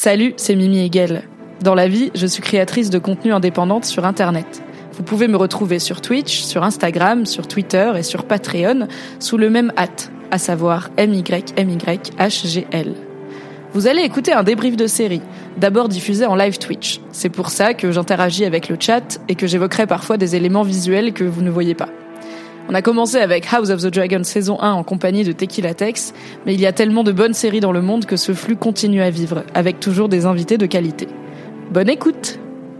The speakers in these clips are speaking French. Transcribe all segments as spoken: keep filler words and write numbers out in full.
Salut, c'est Mimi Hegel. Dans la vie, je suis créatrice de contenu indépendante sur Internet. Vous pouvez me retrouver sur Twitch, sur Instagram, sur Twitter et sur Patreon sous le même hâte, à savoir M Y M Y H G L. Vous allez écouter un débrief de série, d'abord diffusé en live Twitch. C'est pour ça que j'interagis avec le chat et que j'évoquerai parfois des éléments visuels que vous ne voyez pas. On a commencé avec House of the Dragon saison un en compagnie de Tequila Tex, mais il y a tellement de bonnes séries dans le monde que ce flux continue à vivre, avec toujours des invités de qualité. Bonne écoute!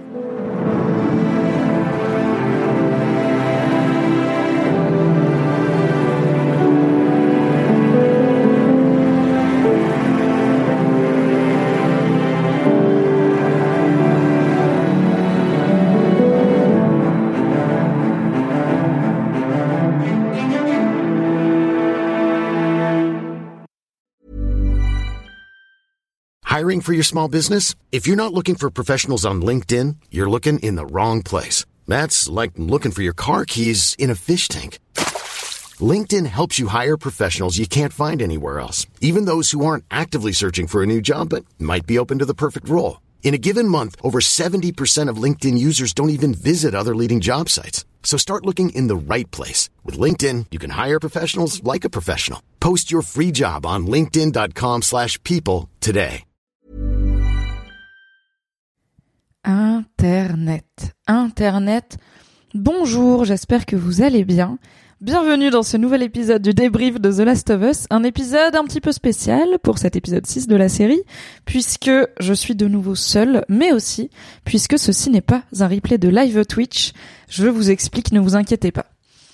Hiring for your small business? If you're not looking for professionals on LinkedIn, you're looking in the wrong place. That's like looking for your car keys in a fish tank. LinkedIn helps you hire professionals you can't find anywhere else, even those who aren't actively searching for a new job but might be open to the perfect role. In a given month, over seventy percent of LinkedIn users don't even visit other leading job sites. So start looking in the right place. With LinkedIn, you can hire professionals like a professional. Post your free job on linkedin.com slash people today. Internet. Internet. Bonjour, j'espère que vous allez bien. Bienvenue dans ce nouvel épisode du débrief de The Last of Us, un épisode un petit peu spécial pour cet épisode six de la série, puisque je suis de nouveau seule, mais aussi puisque ceci n'est pas un replay de live Twitch. Je vous explique, ne vous inquiétez pas.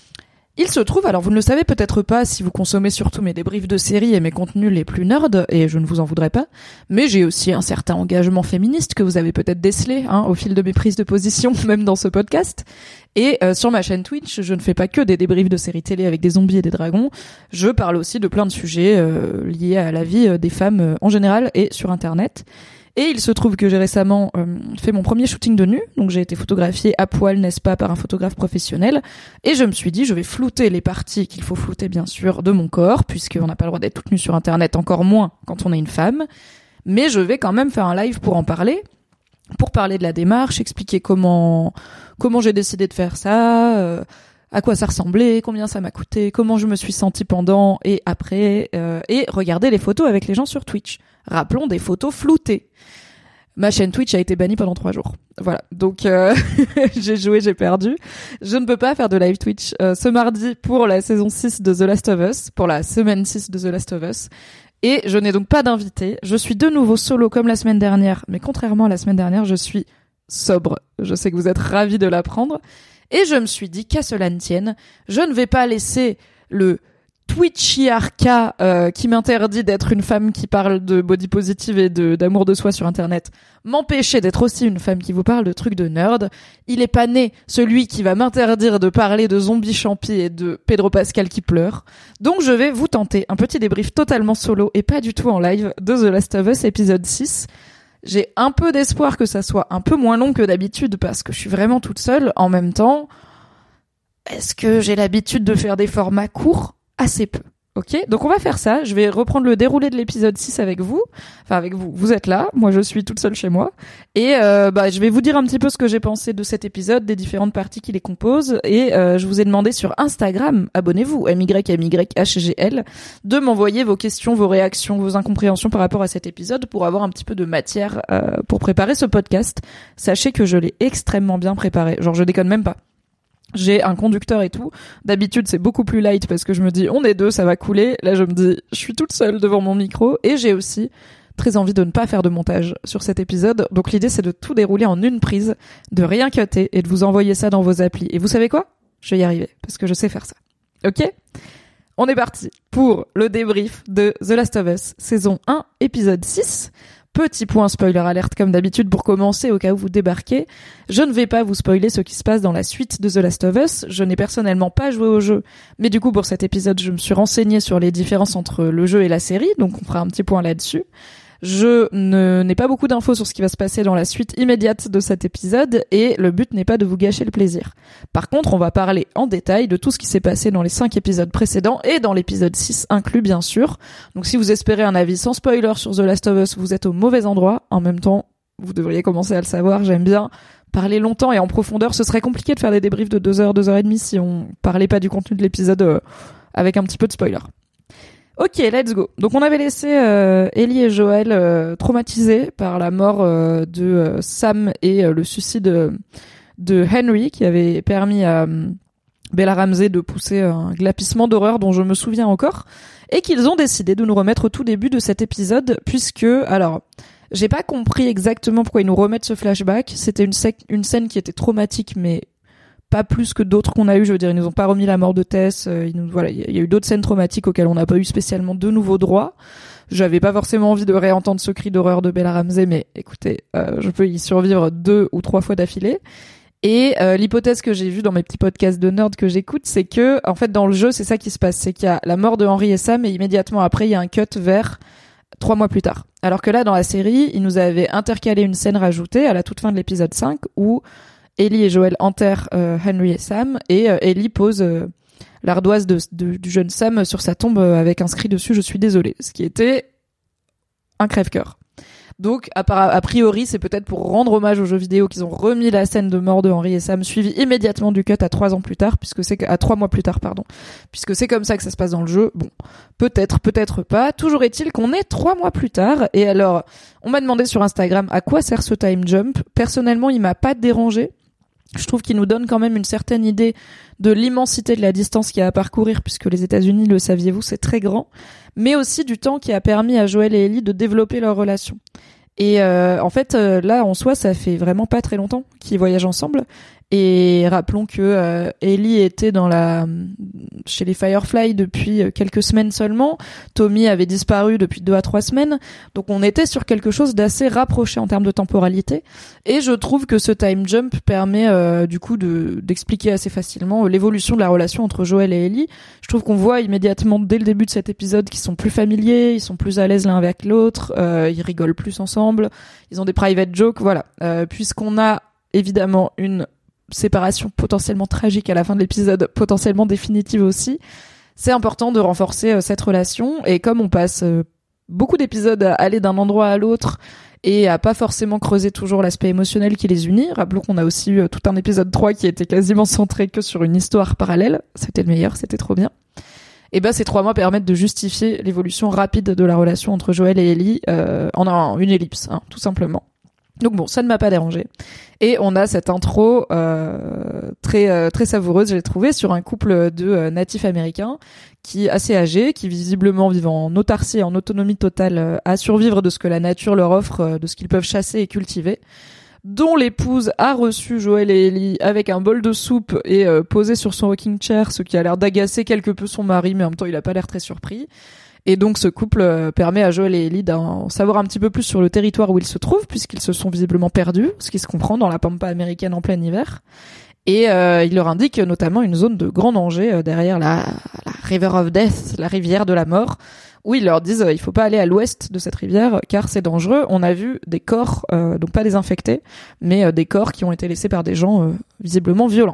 Il se trouve, alors vous ne le savez peut-être pas si vous consommez surtout mes débriefs de séries et mes contenus les plus nerds, et je ne vous en voudrais pas, mais j'ai aussi un certain engagement féministe que vous avez peut-être décelé hein, au fil de mes prises de position, même dans ce podcast. Et euh, sur ma chaîne Twitch, je ne fais pas que des débriefs de séries télé avec des zombies et des dragons, je parle aussi de plein de sujets euh, liés à la vie euh, des femmes euh, en général et sur Internet. Et il se trouve que j'ai récemment euh, fait mon premier shooting de nu, donc j'ai été photographiée à poil, n'est-ce pas, par un photographe professionnel, et je me suis dit, je vais flouter les parties qu'il faut flouter, bien sûr, de mon corps, puisqu'on n'a pas le droit d'être toute nue sur Internet, encore moins quand on est une femme, mais je vais quand même faire un live pour en parler, pour parler de la démarche, expliquer comment comment j'ai décidé de faire ça, euh, à quoi ça ressemblait, combien ça m'a coûté, comment je me suis sentie pendant et après, euh, et regarder les photos avec les gens sur Twitch. Rappelons des photos floutées. Ma chaîne Twitch a été bannie pendant trois jours. Voilà. Donc, euh, j'ai joué, j'ai perdu. Je ne peux pas faire de live Twitch euh, ce mardi pour la saison six de The Last of Us, pour la semaine six de The Last of Us. Et je n'ai donc pas d'invité. Je suis de nouveau solo comme la semaine dernière, mais contrairement à la semaine dernière, je suis sobre. Je sais que vous êtes ravis de l'apprendre. Et je me suis dit qu'à cela ne tienne, je ne vais pas laisser le Twitchiarca euh, qui m'interdit d'être une femme qui parle de body positive et de d'amour de soi sur Internet m'empêcher d'être aussi une femme qui vous parle de trucs de nerd. Il est pas né celui qui va m'interdire de parler de zombies champis et de Pedro Pascal qui pleure. Donc je vais vous tenter un petit débrief totalement solo et pas du tout en live de The Last of Us épisode six. J'ai un peu d'espoir que ça soit un peu moins long que d'habitude parce que je suis vraiment toute seule. En même temps, est-ce que j'ai l'habitude de faire des formats courts ? Assez peu. Ok, donc on va faire ça. Je vais reprendre le déroulé de l'épisode six avec vous. Enfin avec vous. Vous êtes là. Moi je suis toute seule chez moi. Et euh, bah je vais vous dire un petit peu ce que j'ai pensé de cet épisode, des différentes parties qui les composent. Et euh, je vous ai demandé sur Instagram, abonnez-vous, M Y M Y H G L, de m'envoyer vos questions, vos réactions, vos incompréhensions par rapport à cet épisode pour avoir un petit peu de matière euh, pour préparer ce podcast. Sachez que je l'ai extrêmement bien préparé. Genre je déconne même pas. J'ai un conducteur et tout. D'habitude, c'est beaucoup plus light parce que je me dis, on est deux, ça va couler. Là, je me dis, je suis toute seule devant mon micro et j'ai aussi très envie de ne pas faire de montage sur cet épisode. Donc, l'idée, c'est de tout dérouler en une prise, de rien cutter et de vous envoyer ça dans vos applis. Et vous savez quoi? Je vais y arriver parce que je sais faire ça. Ok? On est parti pour le débrief de The Last of Us, saison un, épisode six. Petit point spoiler alerte comme d'habitude pour commencer au cas où vous débarquez. Je ne vais pas vous spoiler ce qui se passe dans la suite de The Last of Us. Je n'ai personnellement pas joué au jeu, mais du coup pour cet épisode je me suis renseignée sur les différences entre le jeu et la série, donc on fera un petit point là-dessus. Je ne, n'ai pas beaucoup d'infos sur ce qui va se passer dans la suite immédiate de cet épisode et le but n'est pas de vous gâcher le plaisir. Par contre, on va parler en détail de tout ce qui s'est passé dans les cinq épisodes précédents et dans l'épisode six inclus bien sûr. Donc si vous espérez un avis sans spoiler sur The Last of Us, vous êtes au mauvais endroit. En même temps, vous devriez commencer à le savoir, j'aime bien parler longtemps et en profondeur. Ce serait compliqué de faire des débriefs de deux heures, deux heures et demie si on parlait pas du contenu de l'épisode euh, avec un petit peu de spoiler. Ok, let's go. Donc on avait laissé euh, Ellie et Joel euh, traumatisés par la mort euh, de euh, Sam et euh, le suicide euh, de Henry qui avait permis à euh, Bella Ramsey de pousser un glapissement d'horreur dont je me souviens encore et qu'ils ont décidé de nous remettre au tout début de cet épisode puisque, alors... J'ai pas compris exactement pourquoi ils nous remettent ce flashback. C'était une, sec- une scène qui était traumatique, mais pas plus que d'autres qu'on a eu. Je veux dire, ils nous ont pas remis la mort de Tess. Euh, ils nous, voilà, il y, y a eu d'autres scènes traumatiques auxquelles on n'a pas eu spécialement de nouveaux droits. J'avais pas forcément envie de réentendre ce cri d'horreur de Bella Ramsey, mais écoutez, euh, je peux y survivre deux ou trois fois d'affilée. Et euh, l'hypothèse que j'ai vue dans mes petits podcasts de nerd que j'écoute, c'est que, en fait, dans le jeu, c'est ça qui se passe. C'est qu'il y a la mort de Henry et Sam, et immédiatement après, il y a un cut vers trois mois plus tard. Alors que là, dans la série, ils nous avaient intercalé une scène rajoutée à la toute fin de l'épisode cinq où Ellie et Joel enterrent euh, Henry et Sam et euh, Ellie pose euh, l'ardoise de, de, du jeune Sam sur sa tombe euh, avec inscrit dessus « Je suis désolée », ce qui était un crève-cœur. Donc, a, a priori, c'est peut-être pour rendre hommage aux jeux vidéo qu'ils ont remis la scène de mort de Henry et Sam, suivie immédiatement du cut à trois ans plus tard, puisque c'est que, à trois mois plus tard, pardon, puisque c'est comme ça que ça se passe dans le jeu. Bon, peut-être, peut-être pas. Toujours est-il qu'on est trois mois plus tard. Et alors, on m'a demandé sur Instagram à quoi sert ce time jump. Personnellement, il m'a pas dérangé. Je trouve qu'il nous donne quand même une certaine idée de l'immensité de la distance qu'il y a à parcourir, puisque les États-Unis, le saviez-vous, c'est très grand, mais aussi du temps qui a permis à Joel et Ellie de développer leur relation. Et euh, en fait, euh, là, en soi, ça fait vraiment pas très longtemps qu'ils voyagent ensemble. Et rappelons que euh, Ellie était dans la chez les Firefly depuis quelques semaines seulement. Tommy avait disparu depuis deux à trois semaines. Donc on était sur quelque chose d'assez rapproché en termes de temporalité. Et je trouve que ce time jump permet euh, du coup de d'expliquer assez facilement l'évolution de la relation entre Joel et Ellie. Je trouve qu'on voit immédiatement dès le début de cet épisode qu'ils sont plus familiers, ils sont plus à l'aise l'un avec l'autre, euh, ils rigolent plus ensemble, ils ont des private jokes, voilà. Euh, puisqu'on a évidemment une séparation potentiellement tragique à la fin de l'épisode, potentiellement définitive aussi, c'est important de renforcer euh, cette relation. Et comme on passe euh, beaucoup d'épisodes à aller d'un endroit à l'autre et à pas forcément creuser toujours l'aspect émotionnel qui les unit, rappelons qu'on a aussi eu euh, tout un épisode trois qui était quasiment centré que sur une histoire parallèle, c'était le meilleur, c'était trop bien. Et ben ces trois mois permettent de justifier l'évolution rapide de la relation entre Joel et Ellie euh, en une ellipse, hein, tout simplement. Donc bon, ça ne m'a pas dérangé. Et on a cette intro euh, très euh, très savoureuse, j'ai trouvé, sur un couple de euh, natifs américains qui assez âgés, qui visiblement vivent en autarcie et en autonomie totale euh, à survivre de ce que la nature leur offre, euh, de ce qu'ils peuvent chasser et cultiver, dont l'épouse a reçu Joel et Ellie avec un bol de soupe et euh, posé sur son rocking chair, ce qui a l'air d'agacer quelque peu son mari, mais en même temps il a pas l'air très surpris. Et donc ce couple euh, permet à Joel et Ellie d'en savoir un petit peu plus sur le territoire où ils se trouvent, puisqu'ils se sont visiblement perdus, ce qui se comprend dans la pampa américaine en plein hiver. Et euh, il leur indique notamment une zone de grand danger euh, derrière la, la River of Death, la rivière de la mort, où ils leur disent euh, il faut pas aller à l'ouest de cette rivière car c'est dangereux. On a vu des corps, euh, donc pas des infectés, mais euh, des corps qui ont été laissés par des gens euh, visiblement violents.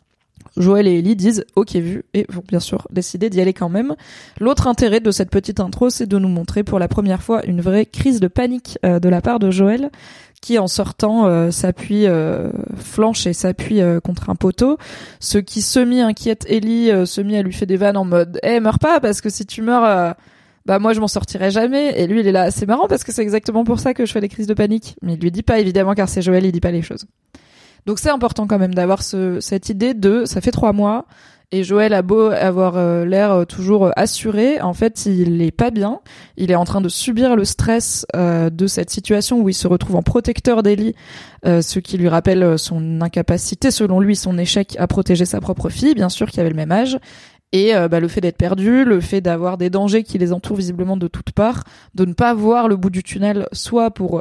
Joel et Ellie disent « ok vu » et vont bien sûr décider d'y aller quand même. L'autre intérêt de cette petite intro, c'est de nous montrer pour la première fois une vraie crise de panique euh, de la part de Joel, qui en sortant euh, s'appuie, euh, flanche et s'appuie euh, contre un poteau, ce qui semi-inquiète Ellie, euh, semi elle lui fait des vannes en mode « eh meurs pas parce que si tu meurs... Euh, bah moi je m'en sortirai jamais » et lui il est là « c'est marrant parce que c'est exactement pour ça que je fais des crises de panique ». Mais il lui dit pas évidemment car c'est Joel, il dit pas les choses. Donc c'est important quand même d'avoir ce, cette idée de ça fait trois mois et Joel a beau avoir euh, l'air euh, toujours euh, assuré, en fait il est pas bien, il est en train de subir le stress euh, de cette situation où il se retrouve en protecteur d'Ellie, euh, ce qui lui rappelle son incapacité, selon lui son échec à protéger sa propre fille, bien sûr qui avait le même âge. Et euh, bah, le fait d'être perdu, le fait d'avoir des dangers qui les entourent visiblement de toutes parts, de ne pas voir le bout du tunnel, soit pour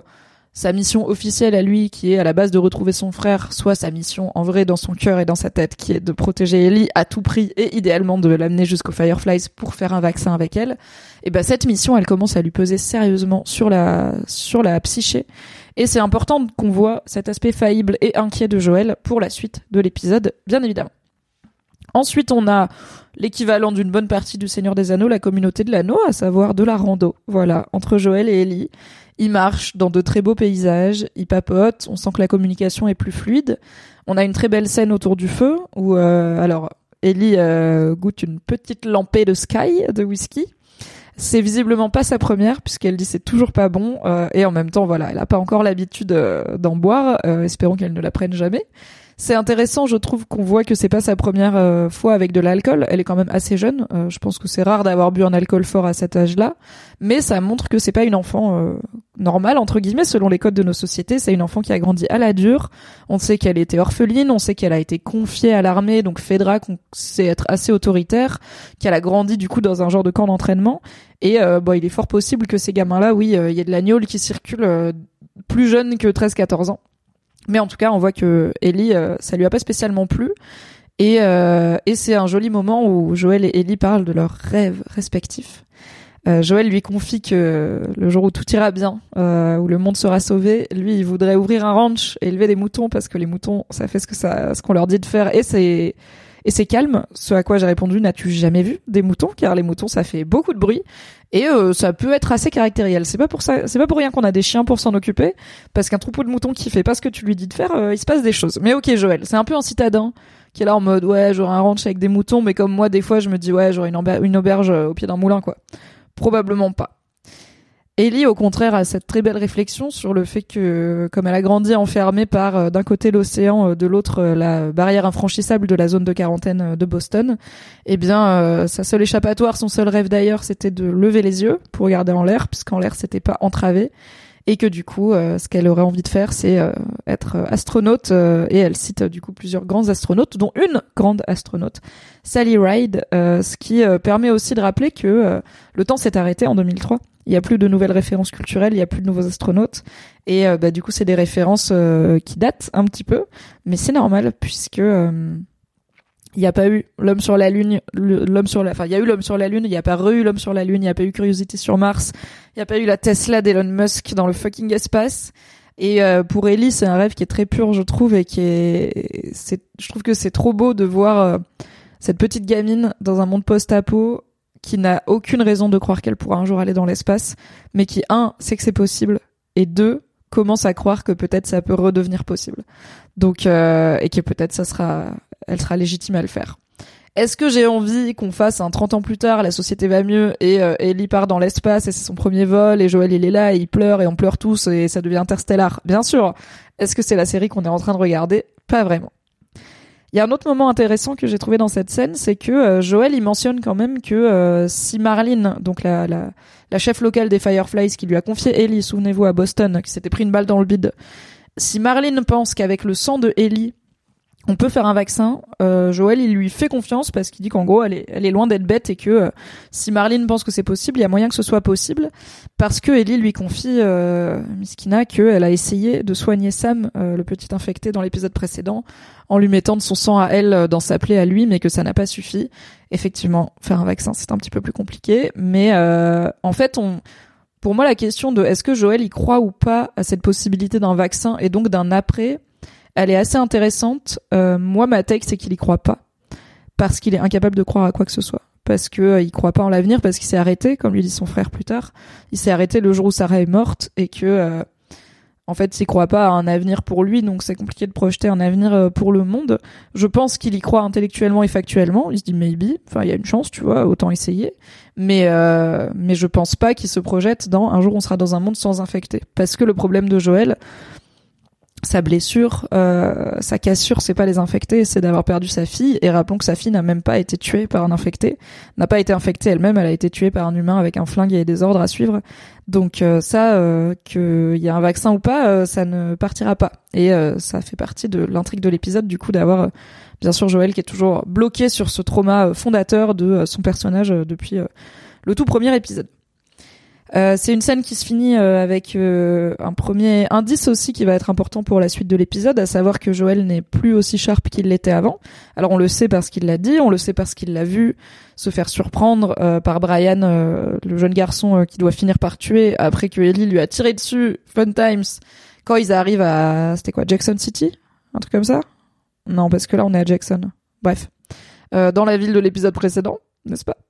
sa mission officielle à lui, qui est à la base de retrouver son frère, soit sa mission en vrai dans son cœur et dans sa tête, qui est de protéger Ellie à tout prix et idéalement de l'amener jusqu'aux Fireflies pour faire un vaccin avec elle, et ben cette mission, elle commence à lui peser sérieusement sur la sur la psyché. Et c'est important qu'on voit cet aspect faillible et inquiet de Joël pour la suite de l'épisode, bien évidemment. Ensuite, on a l'équivalent d'une bonne partie du Seigneur des Anneaux, la communauté de l'anneau, à savoir de la rando. Voilà, entre Joël et Ellie. Ils marchent dans de très beaux paysages, ils papotent, on sent que la communication est plus fluide. On a une très belle scène autour du feu où, euh, alors, Ellie euh, goûte une petite lampée de Sky, de whisky. C'est visiblement pas sa première, puisqu'elle dit c'est toujours pas bon, euh, et en même temps, voilà, elle a pas encore l'habitude euh, d'en boire, euh, espérons qu'elle ne la prenne jamais. C'est intéressant, je trouve qu'on voit que c'est pas sa première euh, fois avec de l'alcool. Elle est quand même assez jeune. Euh, je pense que c'est rare d'avoir bu un alcool fort à cet âge-là, mais ça montre que c'est pas une enfant euh, normale entre guillemets selon les codes de nos sociétés. C'est une enfant qui a grandi à la dure. On sait qu'elle était orpheline, on sait qu'elle a été confiée à l'armée, donc Fedra, qu'on sait être assez autoritaire, qu'elle a grandi du coup dans un genre de camp d'entraînement. Et euh, bon, il est fort possible que ces gamins-là, oui, il euh, y ait de la gnôle qui circule euh, plus jeune que treize quatorze ans. Mais en tout cas, on voit que Ellie, euh, ça lui a pas spécialement plu. Et, euh, et c'est un joli moment où Joël et Ellie parlent de leurs rêves respectifs. Euh, Joël lui confie que le jour où tout ira bien, euh, où le monde sera sauvé, lui, il voudrait ouvrir un ranch et élever des moutons parce que les moutons, ça fait ce que ça, ce qu'on leur dit de faire et c'est, et c'est calme. Ce à quoi j'ai répondu, n'as-tu jamais vu des moutons? Car les moutons, ça fait beaucoup de bruit. Et euh, ça peut être assez caractériel. C'est pas pour ça, c'est pas pour rien qu'on a des chiens pour s'en occuper, parce qu'un troupeau de moutons qui fait pas ce que tu lui dis de faire, euh, il se passe des choses. Mais ok, Joël, c'est un peu un citadin qui est là en mode ouais, j'aurai un ranch avec des moutons, mais comme moi des fois je me dis ouais, j'aurai une, auber- une auberge au pied d'un moulin quoi. Probablement pas. Ellie, au contraire, a cette très belle réflexion sur le fait que, comme elle a grandi enfermée par, euh, d'un côté l'océan, euh, de l'autre euh, la barrière infranchissable de la zone de quarantaine euh, de Boston, eh bien, euh, sa seule échappatoire, son seul rêve d'ailleurs, c'était de lever les yeux pour regarder en l'air, puisqu'en l'air, c'était pas entravé, et que du coup, euh, ce qu'elle aurait envie de faire, c'est euh, être astronaute, euh, et elle cite euh, du coup plusieurs grands astronautes, dont une grande astronaute, Sally Ride, euh, ce qui euh, permet aussi de rappeler que euh, le temps s'est arrêté en deux mille trois. Il y a plus de nouvelles références culturelles, il y a plus de nouveaux astronautes, et euh, bah du coup c'est des références euh, qui datent un petit peu, mais c'est normal puisque euh, il y a pas eu l'homme sur la lune, le, l'homme sur la, enfin il y a eu l'homme sur la lune, il y a pas re-eu l'homme sur la lune, il y a pas eu Curiosity sur Mars, il y a pas eu la Tesla d'Elon Musk dans le fucking espace. Et euh, pour Ellie, c'est un rêve qui est très pur, je trouve, et qui est, c'est, je trouve que c'est trop beau de voir euh, cette petite gamine dans un monde post-apo qui n'a aucune raison de croire qu'elle pourra un jour aller dans l'espace, mais qui, un, sait que c'est possible, et deux, commence à croire que peut-être ça peut redevenir possible. Donc, euh, et que peut-être ça sera, elle sera légitime à le faire. Est-ce que j'ai envie qu'on fasse un trente ans plus tard, la société va mieux, et euh, Ellie part dans l'espace, et c'est son premier vol, et Joël il est là, et il pleure, et on pleure tous, et ça devient Interstellar? Bien sûr. Est-ce que c'est la série qu'on est en train de regarder? Pas vraiment. Il y a un autre moment intéressant que j'ai trouvé dans cette scène, c'est que euh, Joël il mentionne quand même que euh, si Marlene, donc la, la la chef locale des Fireflies qui lui a confié Ellie, souvenez-vous à Boston, qui s'était pris une balle dans le bide, si Marlene pense qu'avec le sang de Ellie on peut faire un vaccin, euh, Joël il lui fait confiance parce qu'il dit qu'en gros elle est, elle est loin d'être bête et que euh, si Marlene pense que c'est possible, il y a moyen que ce soit possible parce que Ellie lui confie, euh, Miskina, qu'elle a essayé de soigner Sam, euh, le petit infecté dans l'épisode précédent, en lui mettant de son sang à elle dans sa plaie à lui, mais que ça n'a pas suffi. Effectivement, faire un vaccin c'est un petit peu plus compliqué, mais euh, en fait on... Pour moi la question de est-ce que Joël y croit ou pas à cette possibilité d'un vaccin et donc d'un après, elle est assez intéressante. Euh, moi, ma take, c'est qu'il y croit pas. Parce qu'il est incapable de croire à quoi que ce soit. Parce que euh, il croit pas en l'avenir, parce qu'il s'est arrêté, comme lui dit son frère plus tard. Il s'est arrêté le jour où Sarah est morte, et que, euh, en fait, il croit pas à un avenir pour lui, donc c'est compliqué de projeter un avenir euh, pour le monde. Je pense qu'il y croit intellectuellement et factuellement. Il se dit maybe, enfin, il y a une chance, tu vois, autant essayer. Mais, euh, mais je pense pas qu'il se projette dans un jour on sera dans un monde sans infectés. Parce que le problème de Joël, sa blessure, euh, sa cassure, c'est pas les infectés, c'est d'avoir perdu sa fille. Et rappelons que sa fille n'a même pas été tuée par un infecté, n'a pas été infectée elle-même, elle a été tuée par un humain avec un flingue et des ordres à suivre. Donc euh, ça, euh, qu'il y a un vaccin ou pas, euh, ça ne partira pas. Et euh, ça fait partie de l'intrigue de l'épisode, du coup, d'avoir euh, bien sûr Joël qui est toujours bloqué sur ce trauma fondateur de euh, son personnage euh, depuis euh, le tout premier épisode. Euh, c'est une scène qui se finit euh, avec euh, un premier indice aussi qui va être important pour la suite de l'épisode, à savoir que Joel n'est plus aussi sharp qu'il l'était avant. Alors on le sait parce qu'il l'a dit, on le sait parce qu'il l'a vu se faire surprendre euh, par Brian, euh, le jeune garçon euh, qui doit finir par tuer après que Ellie lui a tiré dessus. Fun times. Quand ils arrivent à, c'était quoi, Jackson City, un truc comme ça? Non, parce que là on est à Jackson. Bref, euh, dans la ville de l'épisode précédent, n'est-ce pas?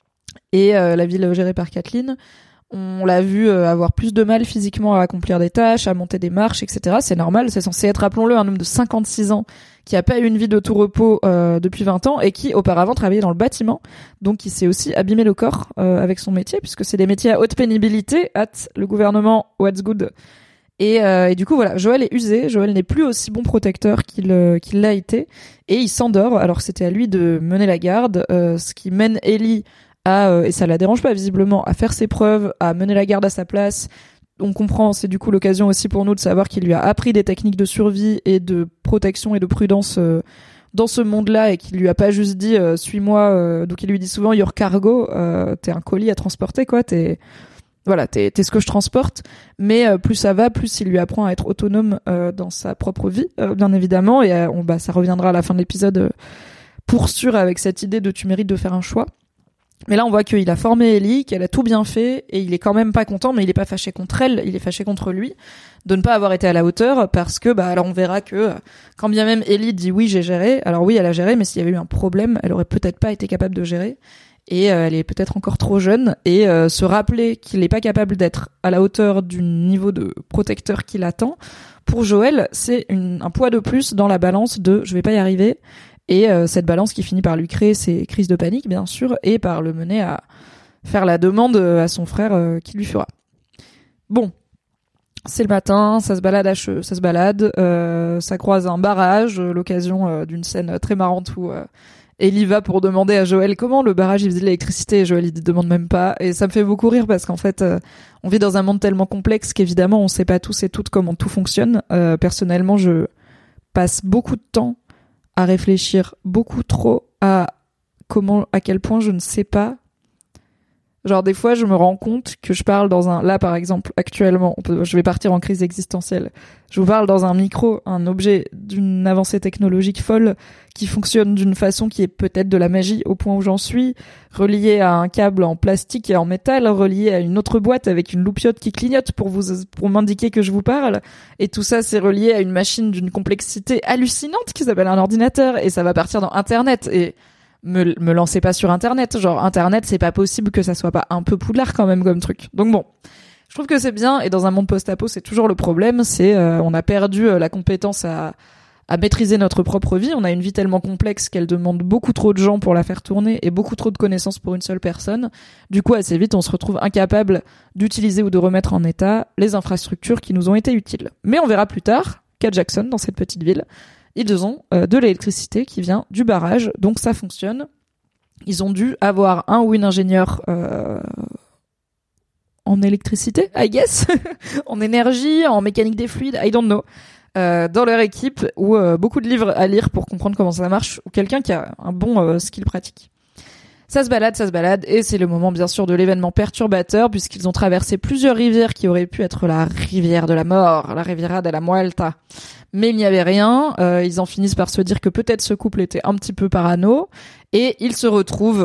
Et euh, la ville gérée par Kathleen. On l'a vu euh, avoir plus de mal physiquement à accomplir des tâches, à monter des marches, et cetera. C'est normal, c'est censé être, rappelons-le, un homme de cinquante-six ans qui a pas eu une vie de tout repos euh, depuis vingt ans et qui auparavant travaillait dans le bâtiment. Donc il s'est aussi abîmé le corps euh, avec son métier, puisque c'est des métiers à haute pénibilité, at le gouvernement, what's good. Et, euh, et du coup voilà, Joel est usé, Joel n'est plus aussi bon protecteur qu'il euh, qu'il l'a été, et il s'endort. Alors c'était à lui de mener la garde, euh, ce qui mène Ellie à, euh, et ça la dérange pas visiblement, à faire ses preuves, à mener la garde à sa place. On comprend, c'est du coup l'occasion aussi pour nous de savoir qu'il lui a appris des techniques de survie et de protection et de prudence euh, dans ce monde-là, et qu'il lui a pas juste dit euh, suis-moi, euh, donc il lui dit souvent your cargo, euh, t'es un colis à transporter quoi, t'es voilà, t'es, t'es ce que je transporte, mais euh, plus ça va, plus il lui apprend à être autonome euh, dans sa propre vie, euh, bien évidemment, et euh, on, bah ça reviendra à la fin de l'épisode euh, pour sûr avec cette idée de tu mérites de faire un choix. Mais là, on voit qu'il a formé Ellie, qu'elle a tout bien fait, et il est quand même pas content, mais il est pas fâché contre elle, il est fâché contre lui, de ne pas avoir été à la hauteur, parce que, bah, alors on verra que, quand bien même Ellie dit oui, j'ai géré, alors oui, elle a géré, mais s'il y avait eu un problème, elle aurait peut-être pas été capable de gérer, et euh, elle est peut-être encore trop jeune, et euh, se rappeler qu'il est pas capable d'être à la hauteur du niveau de protecteur qu'il attend, pour Joel, c'est une, un poids de plus dans la balance de je vais pas y arriver. Et euh, cette balance qui finit par lui créer ses crises de panique, bien sûr, et par le mener à faire la demande à son frère euh, qui lui fera. Bon, c'est le matin, ça se balade à che- ça se balade, euh, ça croise un barrage, euh, l'occasion euh, d'une scène très marrante où euh, Ellie va pour demander à Joel comment le barrage il faisait de l'électricité, et Joel il dit demande même pas, et ça me fait beaucoup rire parce qu'en fait euh, on vit dans un monde tellement complexe qu'évidemment on sait pas tous et toutes comment tout fonctionne. Euh, personnellement, je passe beaucoup de temps à réfléchir beaucoup trop à comment, à quel point je ne sais pas. Genre des fois je me rends compte que je parle dans un, là par exemple actuellement, on peut, je vais partir en crise existentielle. Je vous parle dans un micro, un objet d'une avancée technologique folle qui fonctionne d'une façon qui est peut-être de la magie au point où j'en suis, relié à un câble en plastique et en métal, relié à une autre boîte avec une loupiote qui clignote pour vous, pour m'indiquer que je vous parle. Et tout ça c'est relié à une machine d'une complexité hallucinante qui s'appelle un ordinateur, et ça va partir dans Internet. Et Me, me lancez pas sur Internet, genre Internet c'est pas possible que ça soit pas un peu poudlard quand même comme truc. Donc bon, je trouve que c'est bien, et dans un monde post-apo c'est toujours le problème, c'est euh, on a perdu euh, la compétence à, à maîtriser notre propre vie, on a une vie tellement complexe qu'elle demande beaucoup trop de gens pour la faire tourner et beaucoup trop de connaissances pour une seule personne. Du coup assez vite on se retrouve incapable d'utiliser ou de remettre en état les infrastructures qui nous ont été utiles. Mais on verra plus tard qu'à Jackson, dans cette petite ville, ils ont euh, de l'électricité qui vient du barrage, donc ça fonctionne. Ils ont dû avoir un ou une ingénieure euh, en électricité, I guess, en énergie, en mécanique des fluides, I don't know, euh, dans leur équipe, ou euh, beaucoup de livres à lire pour comprendre comment ça marche, ou quelqu'un qui a un bon euh, skill pratique. Ça se balade, ça se balade, et c'est le moment bien sûr de l'événement perturbateur, puisqu'ils ont traversé plusieurs rivières qui auraient pu être la rivière de la mort, la Riviera de la Muerta. Mais il n'y avait rien, euh, ils en finissent par se dire que peut-être ce couple était un petit peu parano, et ils se retrouvent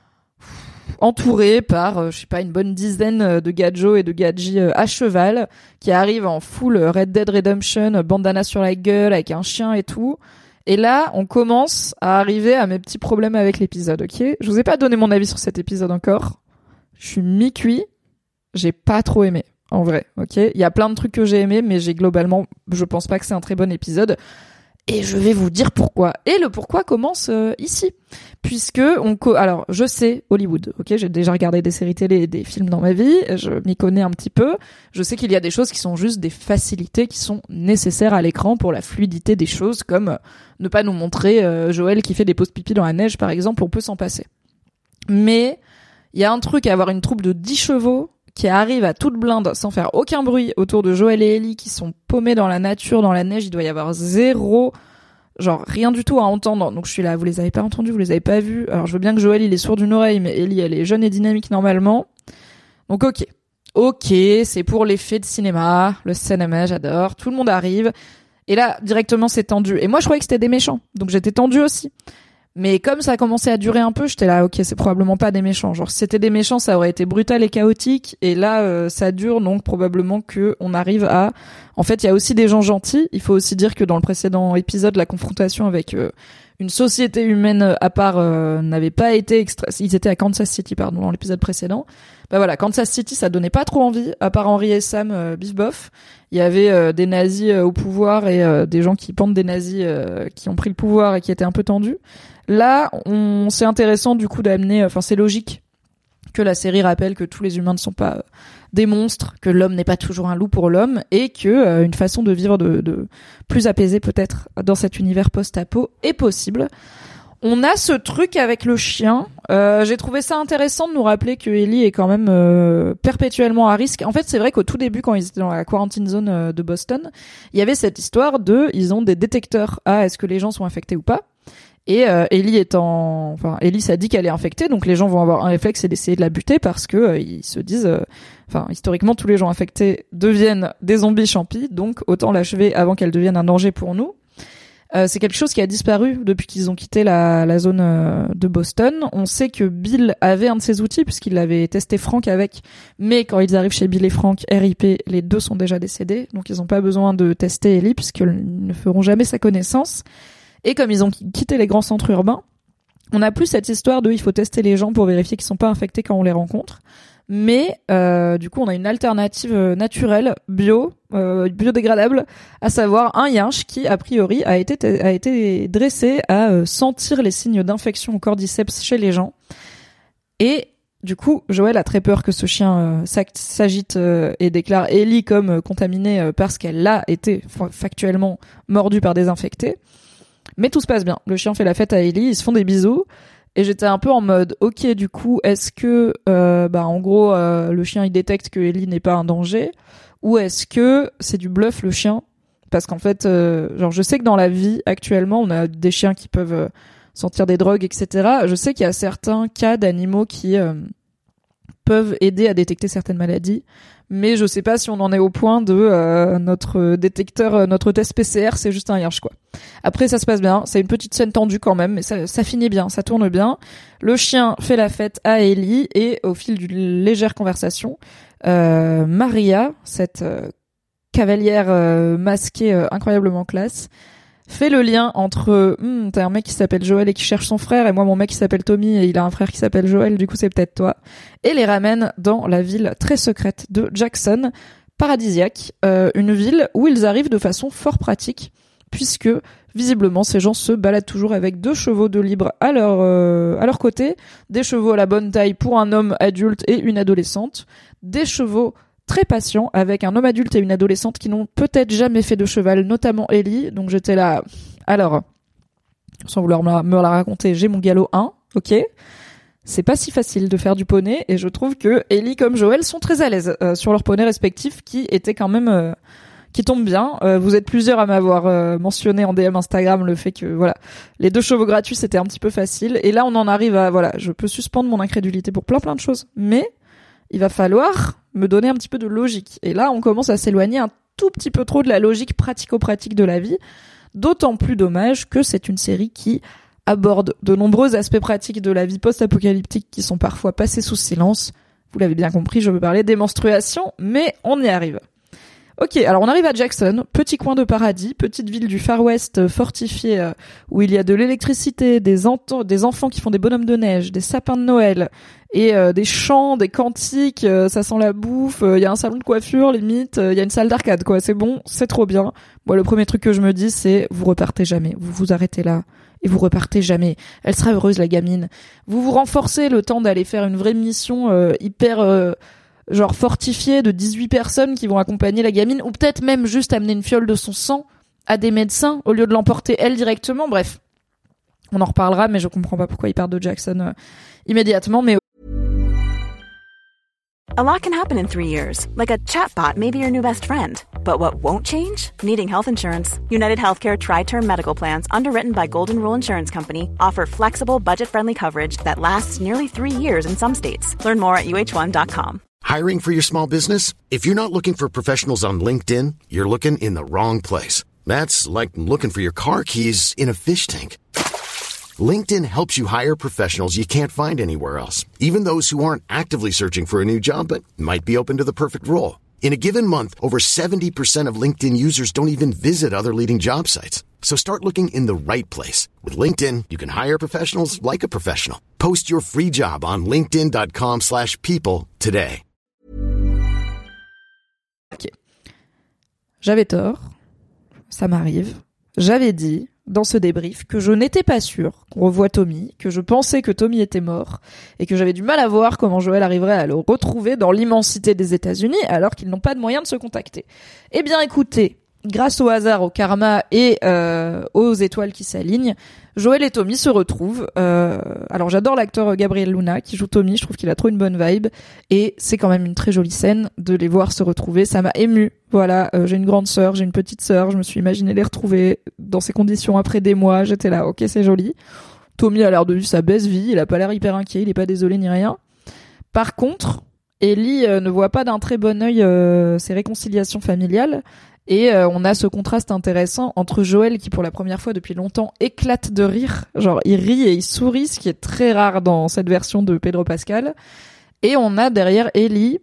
entourés par, euh, je sais pas, une bonne dizaine de gadjos et de gadjis euh, à cheval, qui arrivent en full Red Dead Redemption, bandana sur la gueule, avec un chien et tout. Et là, on commence à arriver à mes petits problèmes avec l'épisode, ok ? Je vous ai pas donné mon avis sur cet épisode encore. Je suis mi-cuit. J'ai pas trop aimé, en vrai, ok ? Il y a plein de trucs que j'ai aimés, mais j'ai globalement, je pense pas que c'est un très bon épisode. Et je vais vous dire pourquoi. Et le pourquoi commence euh, ici. Puisque on co- alors, je sais Hollywood, ok ? J'ai déjà regardé des séries télé et des films dans ma vie, je m'y connais un petit peu. Je sais qu'il y a des choses qui sont juste des facilités qui sont nécessaires à l'écran pour la fluidité des choses, comme euh, ne pas nous montrer euh, Joel qui fait des pauses pipi dans la neige, par exemple, on peut s'en passer. Mais il y a un truc à avoir une troupe de dix chevaux qui arrive à toute blinde sans faire aucun bruit autour de Joel et Ellie qui sont paumés dans la nature, dans la neige. Il doit y avoir zéro, genre rien du tout à entendre. Donc je suis là, vous les avez pas entendus, vous les avez pas vus. Alors je veux bien que Joel il est sourd d'une oreille, mais Ellie elle est jeune et dynamique normalement. Donc ok, Ok, c'est pour l'effet de cinéma, le cinéma, j'adore. Tout le monde arrive. Et là, directement, c'est tendu. Et moi, je croyais que c'était des méchants. Donc, j'étais tendue aussi. Mais comme ça a commencé à durer un peu, j'étais là, ok, c'est probablement pas des méchants. Genre, si c'était des méchants, ça aurait été brutal et chaotique. Et là, euh, ça dure, donc probablement que on arrive à... En fait, il y a aussi des gens gentils. Il faut aussi dire que dans le précédent épisode, la confrontation avec euh, une société humaine à part euh, n'avait pas été extra... Ils étaient à Kansas City, pardon, dans l'épisode précédent. Bah voilà, Kansas City, ça donnait pas trop envie, à part Henry et Sam, euh, bif bof. Il y avait euh, des nazis euh, au pouvoir et euh, des gens qui pendent des nazis euh, qui ont pris le pouvoir et qui étaient un peu tendus. Là, on, c'est intéressant du coup d'amener, enfin c'est logique que la série rappelle que tous les humains ne sont pas euh, des monstres, que l'homme n'est pas toujours un loup pour l'homme et que euh, une façon de vivre de, de plus apaisée peut-être dans cet univers post-apo est possible. On a ce truc avec le chien. Euh, j'ai trouvé ça intéressant de nous rappeler que Ellie est quand même euh, perpétuellement à risque. En fait, c'est vrai qu'au tout début, quand ils étaient dans la quarantine zone euh, de Boston, il y avait cette histoire de, ils ont des détecteurs à est-ce que les gens sont infectés ou pas. Et euh, Ellie étant, enfin Ellie ça dit qu'elle est infectée, donc les gens vont avoir un réflexe, c'est d'essayer de la buter parce que euh, ils se disent, euh, enfin historiquement tous les gens infectés deviennent des zombies champis, donc autant l'achever avant qu'elle devienne un danger pour nous. Euh, c'est quelque chose qui a disparu depuis qu'ils ont quitté la, la zone euh, de Boston. On sait que Bill avait un de ses outils puisqu'il avait testé Frank avec, mais quand ils arrivent chez Bill et Frank, R I P, les deux sont déjà décédés, donc ils n'ont pas besoin de tester Ellie puisqu'ils ne feront jamais sa connaissance. Et comme ils ont quitté les grands centres urbains, on n'a plus cette histoire de il faut tester les gens pour vérifier qu'ils sont pas infectés quand on les rencontre. Mais euh, du coup, on a une alternative naturelle, bio, euh, biodégradable, à savoir un yinche qui, a priori, a été a été dressé à euh, sentir les signes d'infection au cordyceps chez les gens. Et du coup, Joël a très peur que ce chien euh, s'agite euh, et déclare Ellie comme euh, contaminée euh, parce qu'elle a été factuellement mordue par des infectés. Mais tout se passe bien. Le chien fait la fête à Ellie, ils se font des bisous. Et j'étais un peu en mode, ok, du coup, est-ce que, euh, bah, en gros, euh, le chien il détecte que Ellie n'est pas un danger, ou est-ce que c'est du bluff le chien? Parce qu'en fait, euh, genre, je sais que dans la vie actuellement, on a des chiens qui peuvent euh, sentir des drogues, et cetera. Je sais qu'il y a certains cas d'animaux qui euh, peuvent aider à détecter certaines maladies, mais je sais pas si on en est au point de euh, notre détecteur, euh, notre test P C R, c'est juste un hirsch quoi. Après ça se passe bien, c'est une petite scène tendue quand même, mais ça, ça finit bien, ça tourne bien. Le chien fait la fête à Ellie et au fil d'une légère conversation, euh, Maria, cette euh, cavalière euh, masquée euh, incroyablement classe, fait le lien entre hm, t'as un mec qui s'appelle Joël et qui cherche son frère et moi mon mec qui s'appelle Tommy et il a un frère qui s'appelle Joël, du coup c'est peut-être toi, et les ramène dans la ville très secrète de Jackson, paradisiaque, euh, une ville où ils arrivent de façon fort pratique puisque visiblement ces gens se baladent toujours avec deux chevaux de libre à leur euh, à leur côté, des chevaux à la bonne taille pour un homme adulte et une adolescente, des chevaux très patient avec un homme adulte et une adolescente qui n'ont peut-être jamais fait de cheval, notamment Ellie. Donc j'étais là, alors, sans vouloir me la raconter, j'ai mon galop un, ok. C'est pas si facile de faire du poney et je trouve que Ellie comme Joël sont très à l'aise euh, sur leurs poneys respectifs qui étaient quand même, euh, qui tombent bien. Euh, vous êtes plusieurs à m'avoir euh, mentionné en D M Instagram le fait que voilà, les deux chevaux gratuits c'était un petit peu facile et là on en arrive à, voilà, je peux suspendre mon incrédulité pour plein plein de choses, mais il va falloir me donner un petit peu de logique. Et là, on commence à s'éloigner un tout petit peu trop de la logique pratico-pratique de la vie. D'autant plus dommage que c'est une série qui aborde de nombreux aspects pratiques de la vie post-apocalyptique qui sont parfois passés sous silence. Vous l'avez bien compris, je veux parler des menstruations, mais on y arrive. Ok, alors on arrive à Jackson, petit coin de paradis, petite ville du Far West fortifiée euh, où il y a de l'électricité, des, ent- des enfants qui font des bonhommes de neige, des sapins de Noël et euh, des chants, des cantiques, euh, ça sent la bouffe, il euh, y a un salon de coiffure limite, il euh, y a une salle d'arcade quoi, c'est bon, c'est trop bien. Moi le premier truc que je me dis c'est vous repartez jamais, vous vous arrêtez là et vous repartez jamais. Elle sera heureuse la gamine. Vous vous renforcez le temps d'aller faire une vraie mission euh, hyper... Euh, genre fortifié de dix-huit personnes qui vont accompagner la gamine, ou peut-être même juste amener une fiole de son sang à des médecins au lieu de l'emporter elle directement. Bref, on en reparlera, mais je comprends pas pourquoi ils partent de Jackson euh, immédiatement. Mais A lot can happen in three years, like a chatbot may be your new best friend. But what won't change? Needing health insurance. United Healthcare Tri-Term Medical Plans, underwritten by Golden Rule Insurance Company, offer flexible, budget-friendly coverage that lasts nearly three years in some states. Learn more at U H one dot com. Hiring for your small business? If you're not looking for professionals on LinkedIn, you're looking in the wrong place. That's like looking for your car keys in a fish tank. LinkedIn helps you hire professionals you can't find anywhere else, even those who aren't actively searching for a new job but might be open to the perfect role. In a given month, over seventy percent of LinkedIn users don't even visit other leading job sites. So start looking in the right place. With LinkedIn, you can hire professionals like a professional. Post your free job on linkedin.com slash people today. Ok. J'avais tort. Ça m'arrive. J'avais dit, dans ce débrief, que je n'étais pas sûre qu'on revoie Tommy, que je pensais que Tommy était mort, et que j'avais du mal à voir comment Joël arriverait à le retrouver dans l'immensité des États-Unis, alors qu'ils n'ont pas de moyen de se contacter. Eh bien, écoutez, grâce au hasard, au karma et euh, aux étoiles qui s'alignent, Joël et Tommy se retrouvent. Euh, alors j'adore l'acteur Gabriel Luna qui joue Tommy, je trouve qu'il a trop une bonne vibe et c'est quand même une très jolie scène de les voir se retrouver. Ça m'a émue. Voilà, euh, j'ai une grande sœur, j'ai une petite sœur, je me suis imaginé les retrouver dans ces conditions après des mois. J'étais là, ok, c'est joli. Tommy a l'air de vivre sa best vie, il a pas l'air hyper inquiet, il est pas désolé ni rien. Par contre, Ellie euh, ne voit pas d'un très bon œil euh, ces réconciliations familiales. Et euh, on a ce contraste intéressant entre Joël qui pour la première fois depuis longtemps éclate de rire, genre il rit et il sourit, ce qui est très rare dans cette version de Pedro Pascal, et on a derrière Ellie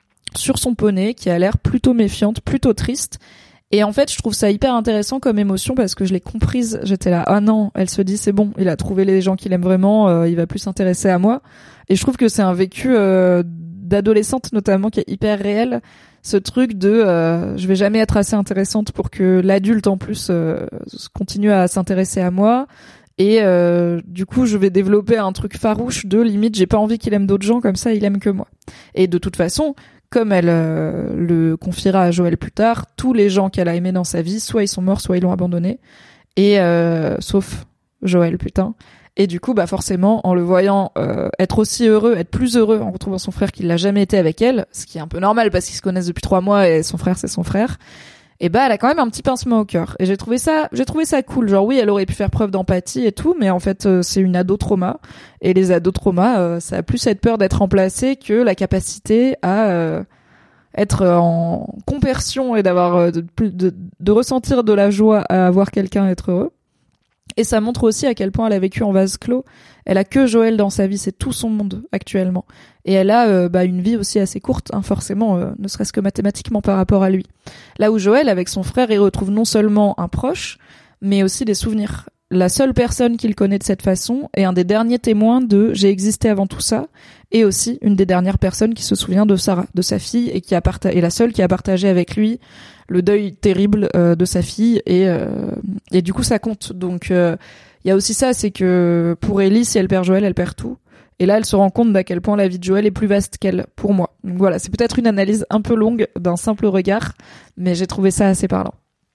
sur son poney qui a l'air plutôt méfiante, plutôt triste. Et en fait je trouve ça hyper intéressant comme émotion parce que je l'ai comprise, j'étais là ah non, elle se dit c'est bon, il a trouvé les gens qu'il aime vraiment, euh, il va plus s'intéresser à moi. Et je trouve que c'est un vécu euh, d'adolescente notamment qui est hyper réel. Ce truc de euh, je vais jamais être assez intéressante pour que l'adulte en plus euh, continue à s'intéresser à moi et euh, du coup je vais développer un truc farouche de limite j'ai pas envie qu'il aime d'autres gens comme ça il aime que moi. Et de toute façon comme elle euh, le confiera à Joël plus tard, tous les gens qu'elle a aimés dans sa vie soit ils sont morts soit ils l'ont abandonné et euh, sauf Joël putain. Et du coup, bah forcément, en le voyant euh, être aussi heureux, être plus heureux en retrouvant son frère qu'il l'a jamais été avec elle, ce qui est un peu normal parce qu'ils se connaissent depuis trois mois et son frère c'est son frère. Et bah elle a quand même un petit pincement au cœur. Et j'ai trouvé ça, j'ai trouvé ça cool. Genre oui, elle aurait pu faire preuve d'empathie et tout, mais en fait euh, c'est une ado trauma. Et les ados traumas, euh, ça a plus cette peur d'être remplacé que la capacité à euh, être en compersion et d'avoir euh, de, de, de ressentir de la joie à voir quelqu'un être heureux. Et ça montre aussi à quel point elle a vécu en vase clos. Elle a que Joël dans sa vie, c'est tout son monde actuellement. Et elle a euh, bah, une vie aussi assez courte, hein, forcément, euh, ne serait-ce que mathématiquement par rapport à lui. Là où Joël, avec son frère, il retrouve non seulement un proche, mais aussi des souvenirs. La seule personne qu'il connaît de cette façon est un des derniers témoins de « j'ai existé avant tout ça », et aussi une des dernières personnes qui se souvient de Sarah, de sa fille, et qui a parta- et la seule qui a partagé avec lui le deuil terrible euh, de sa fille, et euh, et du coup ça compte. Donc il euh, y a aussi ça, c'est que pour Ellie, si elle perd Joël, elle perd tout. Et là, elle se rend compte d'à quel point la vie de Joël est plus vaste qu'elle, pour moi. Donc voilà, c'est peut-être une analyse un peu longue d'un simple regard, mais j'ai trouvé ça assez parlant.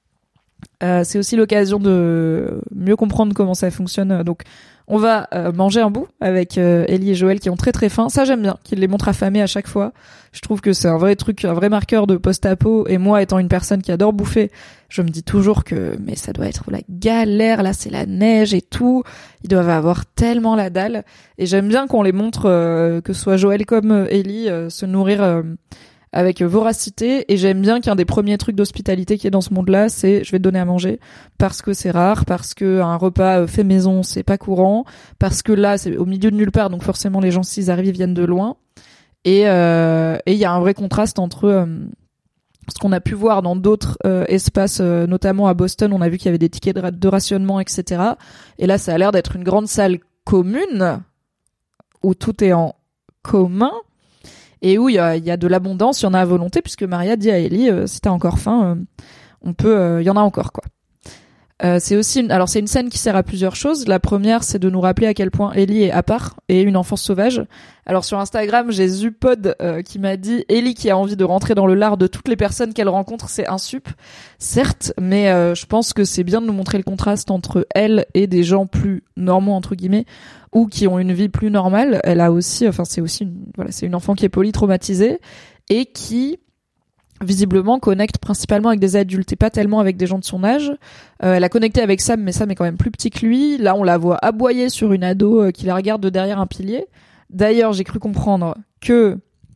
Euh, c'est aussi l'occasion de mieux comprendre comment ça fonctionne. Donc, on va euh, manger un bout avec euh, Ellie et Joël qui ont très très faim. Ça, j'aime bien qu'ils les montrent affamés à chaque fois. Je trouve que c'est un vrai truc, un vrai marqueur de post-apo. Et moi, étant une personne qui adore bouffer, je me dis toujours que mais ça doit être la galère. Là, c'est la neige et tout. Ils doivent avoir tellement la dalle. Et j'aime bien qu'on les montre, euh, que ce soit Joël comme Ellie, euh, se nourrir euh, avec voracité. Et j'aime bien qu'un des premiers trucs d'hospitalité qui est dans ce monde-là, c'est je vais te donner à manger parce que c'est rare, parce que un repas fait maison c'est pas courant, parce que là c'est au milieu de nulle part, donc forcément les gens s'ils arrivent ils viennent de loin. Et euh, et il y a un vrai contraste entre euh, ce qu'on a pu voir dans d'autres euh, espaces, euh, notamment à Boston, on a vu qu'il y avait des tickets de, ra- de rationnement, et cetera. Et là ça a l'air d'être une grande salle commune où tout est en commun. Et où il y a, y a de l'abondance, il y en a à volonté, puisque Maria dit à Ellie, euh, si t'as encore faim, euh, on peut, il euh, y en a encore, quoi. Euh, c'est aussi, une, alors c'est une scène qui sert à plusieurs choses. La première, c'est de nous rappeler à quel point Ellie est à part et une enfance sauvage. Alors sur Instagram, j'ai Zupod euh, qui m'a dit Ellie qui a envie de rentrer dans le lard de toutes les personnes qu'elle rencontre, c'est un sup, certes, mais euh, je pense que c'est bien de nous montrer le contraste entre elle et des gens plus normaux entre guillemets ou qui ont une vie plus normale. Elle a aussi, enfin c'est aussi, une, voilà, c'est une enfant qui est polytraumatisée et qui visiblement connecte principalement avec des adultes et pas tellement avec des gens de son âge. Euh, elle a connecté avec Sam, mais Sam est quand même plus petit que lui. Là, on la voit aboyer sur une ado euh, qui la regarde de derrière un pilier. D'ailleurs, j'ai cru comprendre que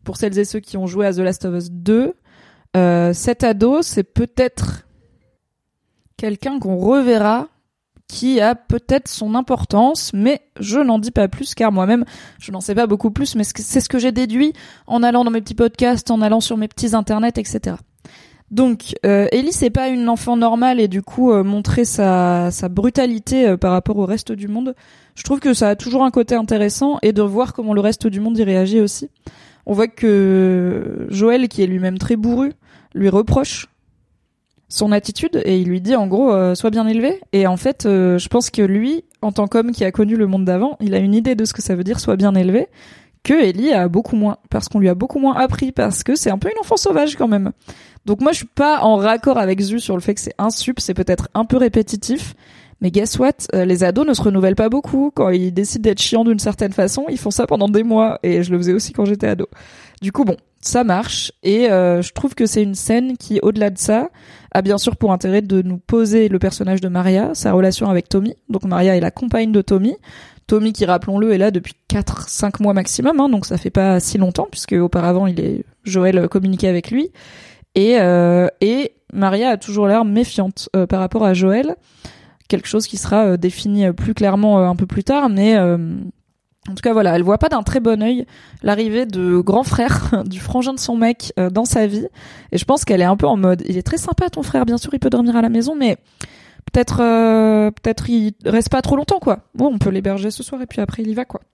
pour celles et ceux qui ont joué à The Last of Us deux, euh, cet ado, c'est peut-être quelqu'un qu'on reverra, qui a peut-être son importance, mais je n'en dis pas plus, car moi-même, je n'en sais pas beaucoup plus, mais c'est ce que j'ai déduit en allant dans mes petits podcasts, en allant sur mes petits internets, et cetera. Donc, euh, Ellie, c'est pas une enfant normale, et du coup, euh, montrer sa, sa brutalité euh, par rapport au reste du monde, je trouve que ça a toujours un côté intéressant, et de voir comment le reste du monde y réagit aussi. On voit que Joël, qui est lui-même très bourru, lui reproche son attitude et il lui dit en gros euh, sois bien élevé, et en fait euh, je pense que lui, en tant qu'homme qui a connu le monde d'avant, il a une idée de ce que ça veut dire sois bien élevé, que Ellie a beaucoup moins, parce qu'on lui a beaucoup moins appris, parce que c'est un peu une enfant sauvage quand même. Donc moi je suis pas en raccord avec Zu sur le fait que c'est insup, c'est peut-être un peu répétitif, mais guess what, euh, les ados ne se renouvellent pas beaucoup. Quand ils décident d'être chiants d'une certaine façon, ils font ça pendant des mois, et je le faisais aussi quand j'étais ado. Du coup bon, ça marche, et euh, je trouve que c'est une scène qui, au-delà de ça, a bien sûr pour intérêt de nous poser le personnage de Maria, sa relation avec Tommy. Donc Maria est la compagne de Tommy. Tommy, qui, rappelons-le, est là depuis quatre cinq mois maximum, hein, donc ça fait pas si longtemps, puisque auparavant il est Joël communiquait avec lui. Et, euh, et Maria a toujours l'air méfiante euh, par rapport à Joël, quelque chose qui sera euh, défini plus clairement euh, un peu plus tard, mais euh, en tout cas voilà, elle voit pas d'un très bon œil l'arrivée de grand frère, du frangin de son mec euh, dans sa vie, et je pense qu'elle est un peu en mode il est très sympa ton frère, bien sûr il peut dormir à la maison, mais peut-être euh, peut-être il reste pas trop longtemps quoi. Bon, on peut l'héberger ce soir et puis après il y va quoi.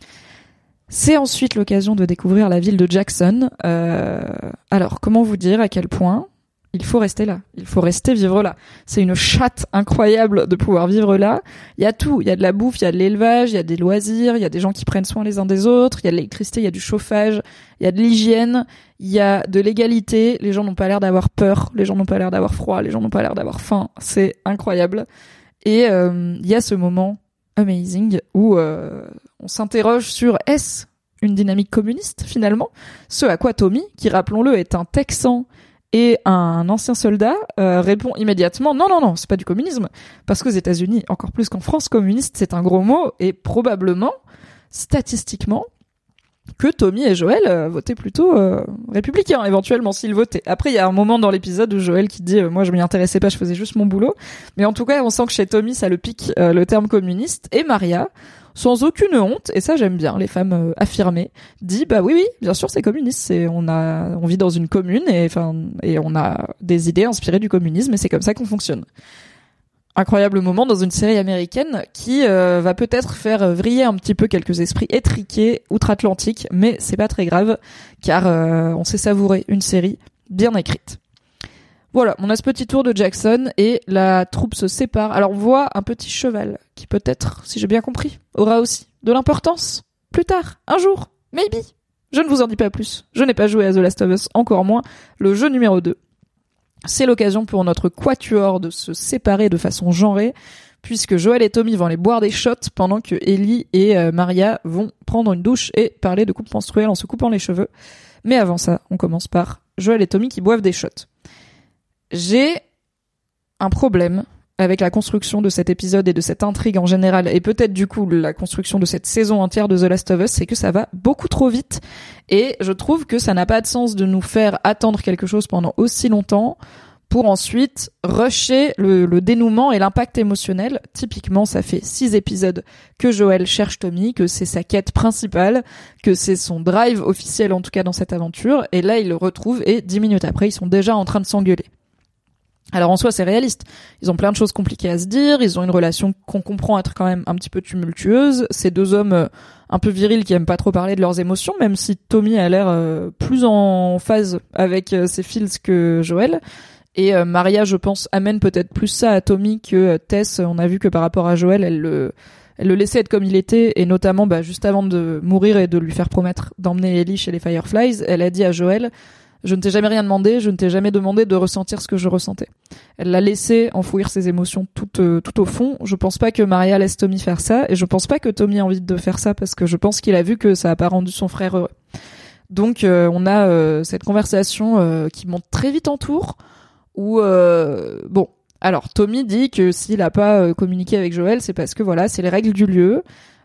C'est ensuite l'occasion de découvrir la ville de Jackson. Euh, alors, comment vous dire à quel point il faut rester là, il faut rester vivre là. C'est une chatte incroyable de pouvoir vivre là. Il y a tout, il y a de la bouffe, il y a de l'élevage, il y a des loisirs, il y a des gens qui prennent soin les uns des autres, il y a de l'électricité, il y a du chauffage, il y a de l'hygiène, il y a de l'égalité. Les gens n'ont pas l'air d'avoir peur, les gens n'ont pas l'air d'avoir froid, les gens n'ont pas l'air d'avoir faim. C'est incroyable. Et euh, il y a ce moment amazing où euh, on s'interroge sur est-ce une dynamique communiste finalement, ce à quoi Tommy, qui rappelons-le est un Texan et un ancien soldat, euh, répond immédiatement non non non, c'est pas du communisme, parce qu'aux États-Unis, encore plus qu'en France, communiste c'est un gros mot, et probablement statistiquement que Tommy et Joël euh, votaient plutôt euh, républicains éventuellement s'ils votaient. Après il y a un moment dans l'épisode où Joël qui dit euh, moi je m'y intéressais pas, je faisais juste mon boulot, mais en tout cas on sent que chez Tommy ça le pique euh, le terme communiste, et Maria, sans aucune honte, et ça j'aime bien les femmes euh, affirmées, dit bah oui oui bien sûr c'est communiste, c'est on a on vit dans une commune et enfin et on a des idées inspirées du communisme et c'est comme ça qu'on fonctionne. Incroyable moment dans une série américaine qui euh, va peut-être faire vriller un petit peu quelques esprits étriqués outre-Atlantique, mais c'est pas très grave car euh, on sait savourer une série bien écrite. Voilà, on a ce petit tour de Jackson et la troupe se sépare. Alors on voit un petit cheval qui peut-être, si j'ai bien compris, aura aussi de l'importance plus tard, un jour, maybe. Je ne vous en dis pas plus. Je n'ai pas joué à The Last of Us, encore moins le jeu numéro deux. C'est l'occasion pour notre quatuor de se séparer de façon genrée, puisque Joël et Tommy vont aller boire des shots pendant que Ellie et euh, Maria vont prendre une douche et parler de coupe menstruelle en se coupant les cheveux. Mais avant ça, on commence par Joël et Tommy qui boivent des shots. J'ai un problème avec la construction de cet épisode et de cette intrigue en général, et peut-être du coup la construction de cette saison entière de The Last of Us, c'est que ça va beaucoup trop vite, et je trouve que ça n'a pas de sens de nous faire attendre quelque chose pendant aussi longtemps pour ensuite rusher le, le dénouement et l'impact émotionnel. Typiquement, ça fait six épisodes que Joël cherche Tommy, que c'est sa quête principale, que c'est son drive officiel en tout cas dans cette aventure, et là il le retrouve et dix minutes après ils sont déjà en train de s'engueuler. Alors en soi c'est réaliste, ils ont plein de choses compliquées à se dire, ils ont une relation qu'on comprend être quand même un petit peu tumultueuse, ces deux hommes euh, un peu virils qui aiment pas trop parler de leurs émotions, même si Tommy a l'air euh, plus en phase avec euh, ses feels que Joël, et euh, Maria je pense amène peut-être plus ça à Tommy que euh, Tess. On a vu que par rapport à Joël elle le, elle le laissait être comme il était, et notamment bah, juste avant de mourir et de lui faire promettre d'emmener Ellie chez les Fireflies, elle a dit à Joël je ne t'ai jamais rien demandé, je ne t'ai jamais demandé de ressentir ce que je ressentais. Elle l'a laissé enfouir ses émotions tout, euh, tout au fond. Je pense pas que Maria laisse Tommy faire ça, et je pense pas que Tommy a envie de faire ça parce que je pense qu'il a vu que ça a pas rendu son frère heureux. Donc euh, on a euh, cette conversation euh, qui monte très vite en tour, où euh, bon, alors Tommy dit que s'il a pas euh, communiqué avec Joël, c'est parce que voilà, c'est les règles du lieu.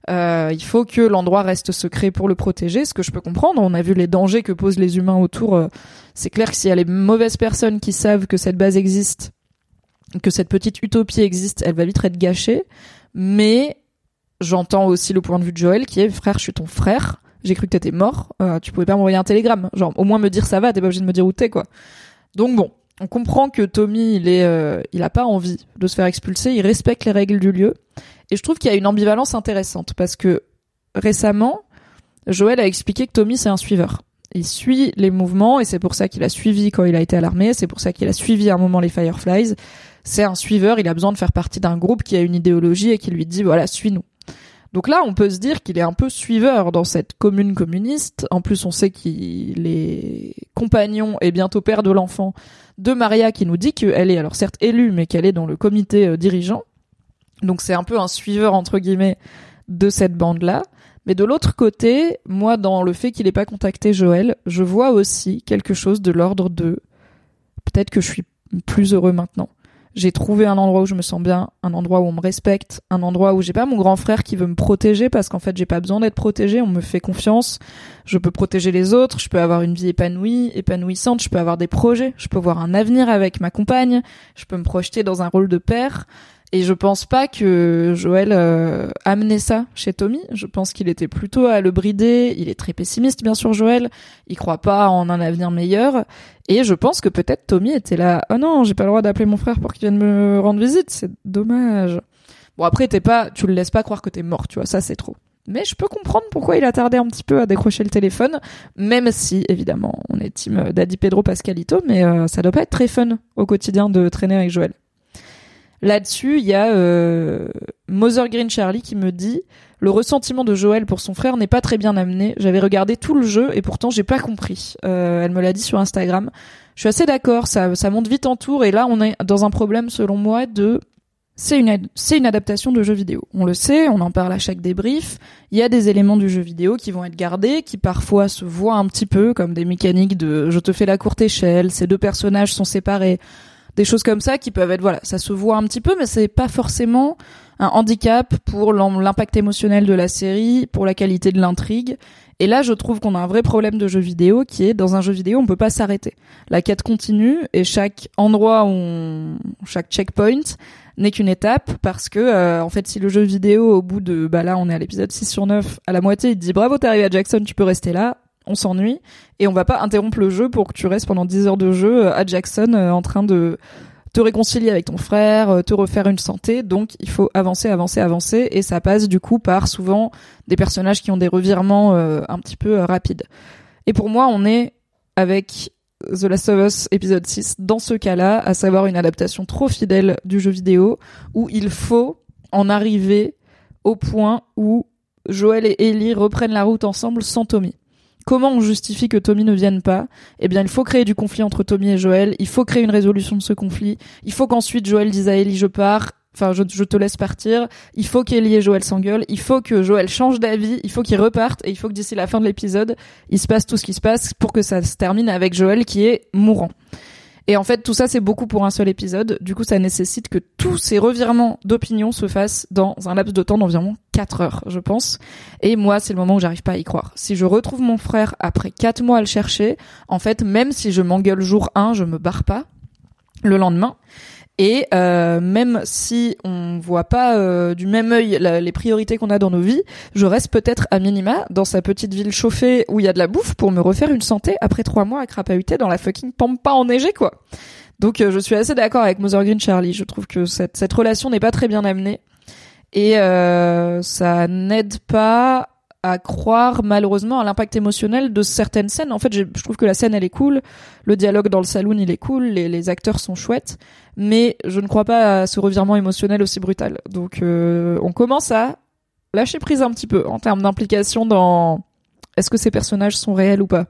Euh, il faut que l'endroit reste secret pour le protéger, ce que je peux comprendre. On a vu les dangers que posent les humains autour. Euh, c'est clair que s'il y a les mauvaises personnes qui savent que cette base existe, que cette petite utopie existe, elle va vite être gâchée. Mais j'entends aussi le point de vue de Joël qui est « Frère, je suis ton frère. J'ai cru que t'étais mort. Euh, tu pouvais pas m'envoyer un télégramme. Genre, au moins me dire ça va, t'es pas obligé de me dire où t'es, quoi. » Donc bon, on comprend que Tommy, il est, euh, il a pas envie de se faire expulser. Il respecte les règles du lieu. Et je trouve qu'il y a une ambivalence intéressante parce que récemment, Joël a expliqué que Tommy, c'est un suiveur. Il suit les mouvements et c'est pour ça qu'il a suivi quand il a été à l'armée. C'est pour ça qu'il a suivi à un moment les Fireflies. C'est un suiveur. Il a besoin de faire partie d'un groupe qui a une idéologie et qui lui dit, voilà, suis-nous. Donc là, on peut se dire qu'il est un peu suiveur dans cette commune communiste. En plus, on sait qu'il est compagnon et bientôt père de l'enfant de Maria qui nous dit qu'elle est alors certes élue, mais qu'elle est dans le comité euh, dirigeant. Donc c'est un peu un suiveur, entre guillemets, de cette bande-là. Mais de l'autre côté, moi, dans le fait qu'il ait pas contacté Joël, je vois aussi quelque chose de l'ordre de peut-être que je suis plus heureux maintenant. J'ai trouvé un endroit où je me sens bien, un endroit où on me respecte, un endroit où j'ai pas mon grand frère qui veut me protéger parce qu'en fait j'ai pas besoin d'être protégée, on me fait confiance, je peux protéger les autres, je peux avoir une vie épanouie, épanouissante, je peux avoir des projets, je peux voir un avenir avec ma compagne, je peux me projeter dans un rôle de père. Et je pense pas que Joël euh, amenait ça chez Tommy. Je pense qu'il était plutôt à le brider. Il est très pessimiste, bien sûr, Joël. Il croit pas en un avenir meilleur. Et je pense que peut-être Tommy était là. Oh non, j'ai pas le droit d'appeler mon frère pour qu'il vienne me rendre visite. C'est dommage. Bon, après, t'es pas, tu le laisses pas croire que t'es mort, tu vois. Ça, c'est trop. Mais je peux comprendre pourquoi il a tardé un petit peu à décrocher le téléphone. Même si, évidemment, on est team Daddy Pedro Pascalito. Mais euh, ça doit pas être très fun au quotidien de traîner avec Joël. Là-dessus, il y a euh, Mother Green Charlie qui me dit « Le ressentiment de Joël pour son frère n'est pas très bien amené. J'avais regardé tout le jeu et pourtant j'ai pas compris. Euh, » Elle me l'a dit sur Instagram. Je suis assez d'accord, ça, ça monte vite en tour et là on est dans un problème selon moi de... C'est une, ad... c'est une adaptation de jeu vidéo. On le sait, on en parle à chaque débrief. Il y a des éléments du jeu vidéo qui vont être gardés, qui parfois se voient un petit peu comme des mécaniques de « je te fais la courte échelle, ces deux personnages sont séparés ». Des choses comme ça qui peuvent être, voilà, ça se voit un petit peu, mais c'est pas forcément un handicap pour l'impact émotionnel de la série, pour la qualité de l'intrigue. Et là, je trouve qu'on a un vrai problème de jeu vidéo qui est, dans un jeu vidéo, on peut pas s'arrêter. La quête continue et chaque endroit où on, chaque checkpoint n'est qu'une étape parce que, euh, en fait, si le jeu vidéo, au bout de, bah là, on est à l'épisode six sur neuf, à la moitié, il te dit bravo, t'es arrivé à Jackson, tu peux rester là. On s'ennuie et on va pas interrompre le jeu pour que tu restes pendant dix heures de jeu à Jackson euh, en train de te réconcilier avec ton frère, euh, te refaire une santé. Donc il faut avancer, avancer, avancer et ça passe du coup par souvent des personnages qui ont des revirements euh, un petit peu euh, rapides. Et pour moi, on est avec The Last of Us épisode six dans ce cas-là, à savoir une adaptation trop fidèle du jeu vidéo où il faut en arriver au point où Joël et Ellie reprennent la route ensemble sans Tommy. Comment on justifie que Tommy ne vienne pas ? Eh bien, il faut créer du conflit entre Tommy et Joël. Il faut créer une résolution de ce conflit. Il faut qu'ensuite Joël dise à Ellie « je pars ». Enfin, je, je te laisse partir. Il faut qu'Ellie et Joël s'engueulent. Il faut que Joël change d'avis. Il faut qu'il reparte. Et il faut que d'ici la fin de l'épisode, il se passe tout ce qui se passe pour que ça se termine avec Joël qui est mourant. Et en fait, tout ça, c'est beaucoup pour un seul épisode. Du coup, ça nécessite que tous ces revirements d'opinion se fassent dans un laps de temps d'environ quatre heures, je pense. Et moi, c'est le moment où j'arrive pas à y croire. Si je retrouve mon frère après quatre mois à le chercher, en fait, même si je m'engueule jour un, je me barre pas le lendemain. Et euh, même si on voit pas euh, du même œil la, les priorités qu'on a dans nos vies, je reste peut-être à minima dans sa petite ville chauffée où il y a de la bouffe pour me refaire une santé après trois mois à crapahuter dans la fucking pampa enneigée, quoi. Donc euh, je suis assez d'accord avec Mother Green Charlie. Je trouve que cette, cette relation n'est pas très bien amenée et euh, ça n'aide pas à croire malheureusement à l'impact émotionnel de certaines scènes. En fait, je, je trouve que la scène elle est cool, le dialogue dans le saloon il est cool, les, les acteurs sont chouettes, mais je ne crois pas à ce revirement émotionnel aussi brutal. Donc euh, on commence à lâcher prise un petit peu en termes d'implication dans est-ce que ces personnages sont réels ou pas.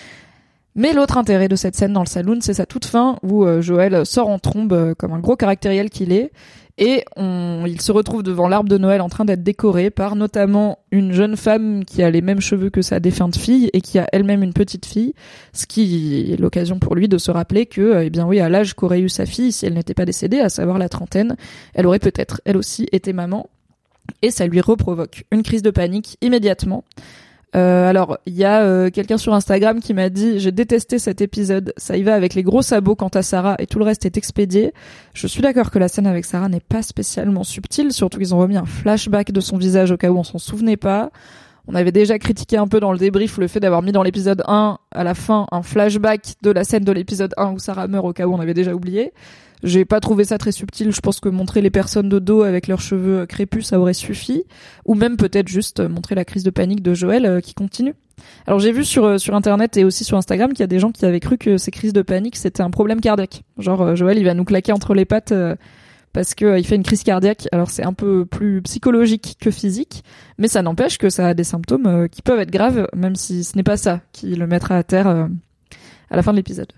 Mais l'autre intérêt de cette scène dans le saloon, c'est sa toute fin où euh, Joël sort en trombe euh, comme un gros caractériel qu'il est. Et on, il se retrouve devant l'arbre de Noël en train d'être décoré par notamment une jeune femme qui a les mêmes cheveux que sa défunte fille et qui a elle-même une petite fille, ce qui est l'occasion pour lui de se rappeler que, eh bien oui, à l'âge qu'aurait eu sa fille, si elle n'était pas décédée, à savoir la trentaine, elle aurait peut-être, elle aussi, été maman. et ça lui reprovoque une crise de panique immédiatement. Euh, alors, il y a euh, quelqu'un sur Instagram qui m'a dit « J'ai détesté cet épisode, ça y va avec les gros sabots quant à Sarah et tout le reste est expédié. » Je suis d'accord que la scène avec Sarah n'est pas spécialement subtile, surtout qu'ils ont remis un flashback de son visage au cas où on s'en souvenait pas. On avait déjà critiqué un peu dans le débrief le fait d'avoir mis dans l'épisode un, à la fin, un flashback de la scène de l'épisode un où Sarah meurt au cas où on avait déjà oublié. J'ai pas trouvé ça très subtil, je pense que montrer les personnes de dos avec leurs cheveux crépus, ça aurait suffi. Ou même peut-être juste montrer la crise de panique de Joël euh, qui continue. Alors j'ai vu sur sur internet et aussi sur Instagram qu'il y a des gens qui avaient cru que ces crises de panique c'était un problème cardiaque. Genre euh, Joël il va nous claquer entre les pattes euh, parce que euh, il fait une crise cardiaque. Alors c'est un peu plus psychologique que physique, mais ça n'empêche que ça a des symptômes euh, qui peuvent être graves, même si ce n'est pas ça qui le mettra à terre euh, à la fin de l'épisode.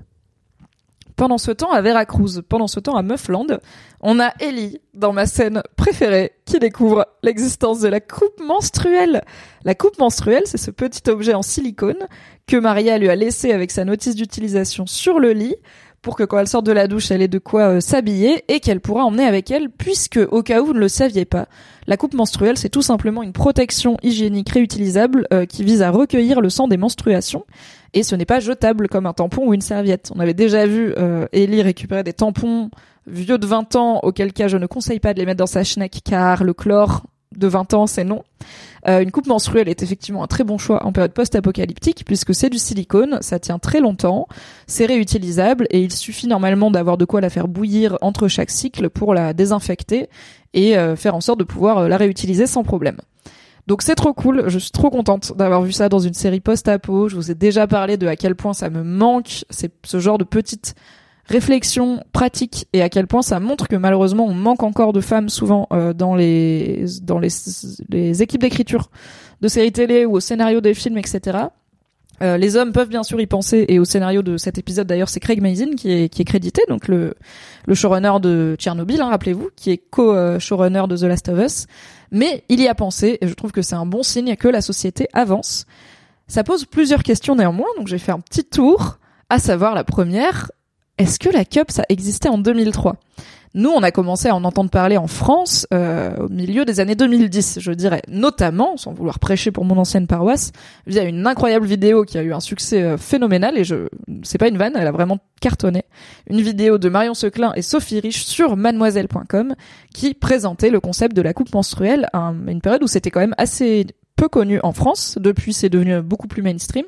Pendant ce temps, à Veracruz, pendant ce temps, à Muffland, on a Ellie, dans ma scène préférée, qui découvre l'existence de la coupe menstruelle. La coupe menstruelle, c'est ce petit objet en silicone que Maria lui a laissé avec sa notice d'utilisation sur le lit pour que quand elle sort de la douche, elle ait de quoi euh, s'habiller et qu'elle pourra emmener avec elle, puisque, au cas où vous ne le saviez pas, la coupe menstruelle, c'est tout simplement une protection hygiénique réutilisable euh, qui vise à recueillir le sang des menstruations. Et ce n'est pas jetable comme un tampon ou une serviette. On avait déjà vu euh, Ellie récupérer des tampons vieux de vingt ans, auquel cas je ne conseille pas de les mettre dans sa schneck, car le chlore de vingt ans, c'est non. Euh, une coupe menstruelle est effectivement un très bon choix en période post-apocalyptique, puisque c'est du silicone, ça tient très longtemps, c'est réutilisable, et il suffit normalement d'avoir de quoi la faire bouillir entre chaque cycle pour la désinfecter et euh, faire en sorte de pouvoir euh, la réutiliser sans problème. Donc c'est trop cool, je suis trop contente d'avoir vu ça dans une série post-apo. Je vous ai déjà parlé de à quel point ça me manque, c'est ce genre de petites réflexions pratiques et à quel point ça montre que malheureusement on manque encore de femmes souvent euh, dans les dans les, les équipes d'écriture de séries télé ou au scénario des films, et cetera. Euh, les hommes peuvent bien sûr y penser, et au scénario de cet épisode d'ailleurs c'est Craig Mazin qui est qui est crédité, donc le le showrunner de Tchernobyl, hein, rappelez-vous, qui est co-showrunner de The Last of Us. Mais il y a pensé, et je trouve que c'est un bon signe que la société avance. Ça pose plusieurs questions néanmoins, donc j'ai fait un petit tour, à savoir la première, est-ce que la cup ça existait en deux mille trois ? Nous, on a commencé à en entendre parler en France euh, au milieu des années deux mille dix, je dirais, notamment, sans vouloir prêcher pour mon ancienne paroisse, via une incroyable vidéo qui a eu un succès euh, phénoménal, et je, c'est pas une vanne, elle a vraiment cartonné. Une vidéo de Marion Seclin et Sophie Rich sur mademoiselle point com qui présentait le concept de la coupe menstruelle à un, une période où c'était quand même assez peu connu en France. Depuis, c'est devenu beaucoup plus mainstream.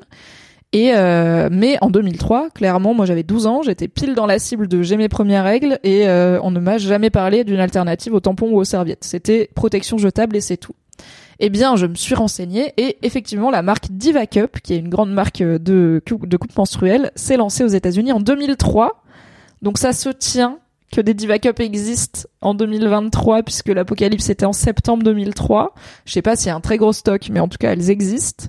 Et euh, mais en deux mille trois, clairement, moi j'avais douze ans, j'étais pile dans la cible de j'ai mes premières règles, et euh, on ne m'a jamais parlé d'une alternative aux tampons ou aux serviettes. C'était protection jetable et c'est tout. Eh bien, je me suis renseignée et effectivement, la marque Diva Cup, qui est une grande marque de de coupe menstruelle, s'est lancée aux États-Unis en deux mille trois. Donc ça se tient que des Diva Cup existent en deux mille vingt-trois, puisque l'apocalypse était en septembre deux mille trois. Je sais pas s'il y a un très gros stock, mais en tout cas, elles existent.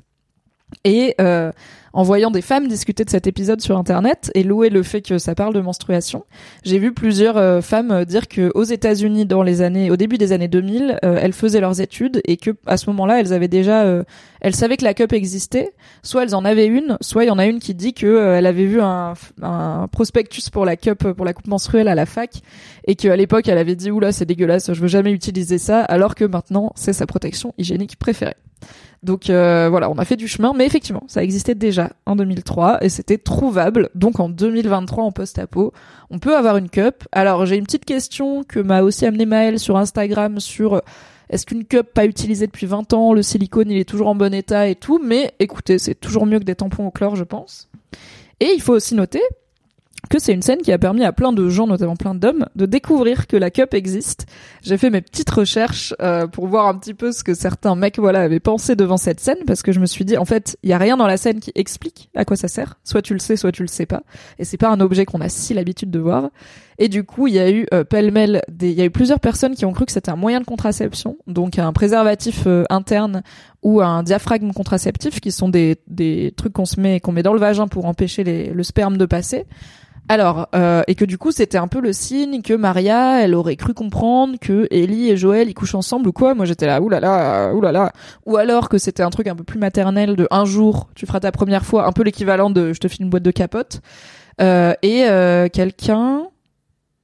Et euh, en voyant des femmes discuter de cet épisode sur internet et louer le fait que ça parle de menstruation, j'ai vu plusieurs euh, femmes dire que aux États-Unis, dans les années, au début des années deux mille, euh, elles faisaient leurs études et que à ce moment-là, elles avaient déjà, euh, elles savaient que la cup existait. Soit elles en avaient une, soit il y en a une qui dit que euh, elle avait vu un, un prospectus pour la cup, pour la coupe menstruelle à la fac, et qu'à l'époque elle avait dit oula c'est dégueulasse, je veux jamais utiliser ça, alors que maintenant c'est sa protection hygiénique préférée. Donc euh, voilà, on a fait du chemin, mais effectivement, ça existait déjà en deux mille trois et c'était trouvable. Donc en deux mille vingt-trois, en post-apo, on peut avoir une cup. Alors j'ai une petite question que m'a aussi amené Maëlle sur Instagram sur est-ce qu'une cup pas utilisée depuis vingt ans, le silicone il est toujours en bon état et tout, mais écoutez, c'est toujours mieux que des tampons au chlore, je pense. Et il faut aussi noter que c'est une scène qui a permis à plein de gens, notamment plein d'hommes, de découvrir que la cup existe. J'ai fait mes petites recherches euh, pour voir un petit peu ce que certains mecs voilà avaient pensé devant cette scène, parce que je me suis dit, en fait, il y a rien dans la scène qui explique à quoi ça sert. Soit tu le sais, soit tu le sais pas. Et c'est pas un objet qu'on a si l'habitude de voir. Et du coup, il y a eu euh, pêle-mêle, des... il y a eu plusieurs personnes qui ont cru que c'était un moyen de contraception, donc un préservatif euh, interne ou un diaphragme contraceptif, qui sont des, des trucs qu'on se met, qu'on met dans le vagin pour empêcher les... le sperme de passer. Alors, euh, et que du coup, c'était un peu le signe que Maria, elle aurait cru comprendre que Ellie et Joël, ils couchent ensemble ou quoi. Moi, j'étais là, oulala, oulala. Ou alors que c'était un truc un peu plus maternel de un jour, tu feras ta première fois, un peu l'équivalent de je te file une boîte de capote. Euh, et euh, quelqu'un...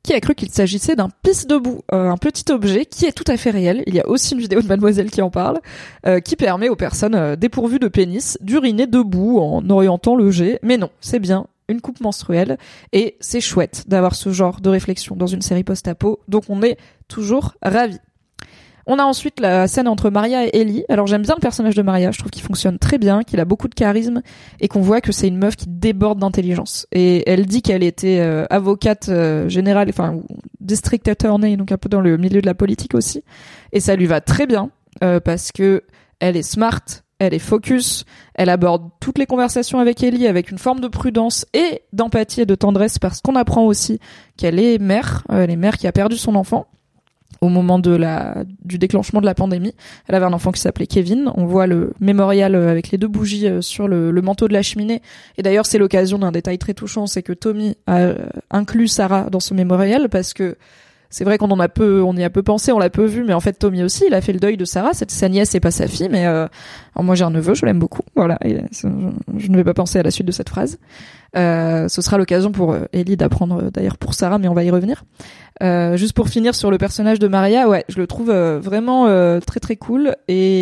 qui a cru qu'il s'agissait d'un pisse debout, euh, un petit objet qui est tout à fait réel. Il y a aussi une vidéo de Mademoiselle qui en parle, euh, qui permet aux personnes euh, dépourvues de pénis d'uriner debout en orientant le jet. Mais non, c'est bien une coupe menstruelle, et c'est chouette d'avoir ce genre de réflexion dans une série post-apo, donc on est toujours ravis. On a ensuite la scène entre Maria et Ellie. Alors j'aime bien le personnage de Maria, je trouve qu'il fonctionne très bien, qu'il a beaucoup de charisme et qu'on voit que c'est une meuf qui déborde d'intelligence. Et elle dit qu'elle était euh, avocate euh, générale, enfin district attorney, donc un peu dans le milieu de la politique aussi. Et ça lui va très bien euh, parce que elle est smart, elle est focus, elle aborde toutes les conversations avec Ellie avec une forme de prudence et d'empathie et de tendresse parce qu'on apprend aussi qu'elle est mère, euh, elle est mère qui a perdu son enfant au moment de la du déclenchement de la pandémie. Elle avait un enfant qui s'appelait Kevin. On voit le mémorial avec les deux bougies sur le, le manteau de la cheminée. Et d'ailleurs, c'est l'occasion d'un détail très touchant, c'est que Tommy a inclus Sarah dans ce mémorial parce que c'est vrai qu'on en a peu, on y a peu pensé, on l'a peu vu, mais en fait Tommy aussi, il a fait le deuil de Sarah. C'est sa nièce et pas sa fille, mais euh, alors moi j'ai un neveu, je l'aime beaucoup. Voilà, et je, je ne vais pas penser à la suite de cette phrase. Euh, ce sera l'occasion pour Ellie d'apprendre d'ailleurs pour Sarah, mais on va y revenir. Euh, juste pour finir sur le personnage de Maria, ouais, je le trouve euh, vraiment euh, très très cool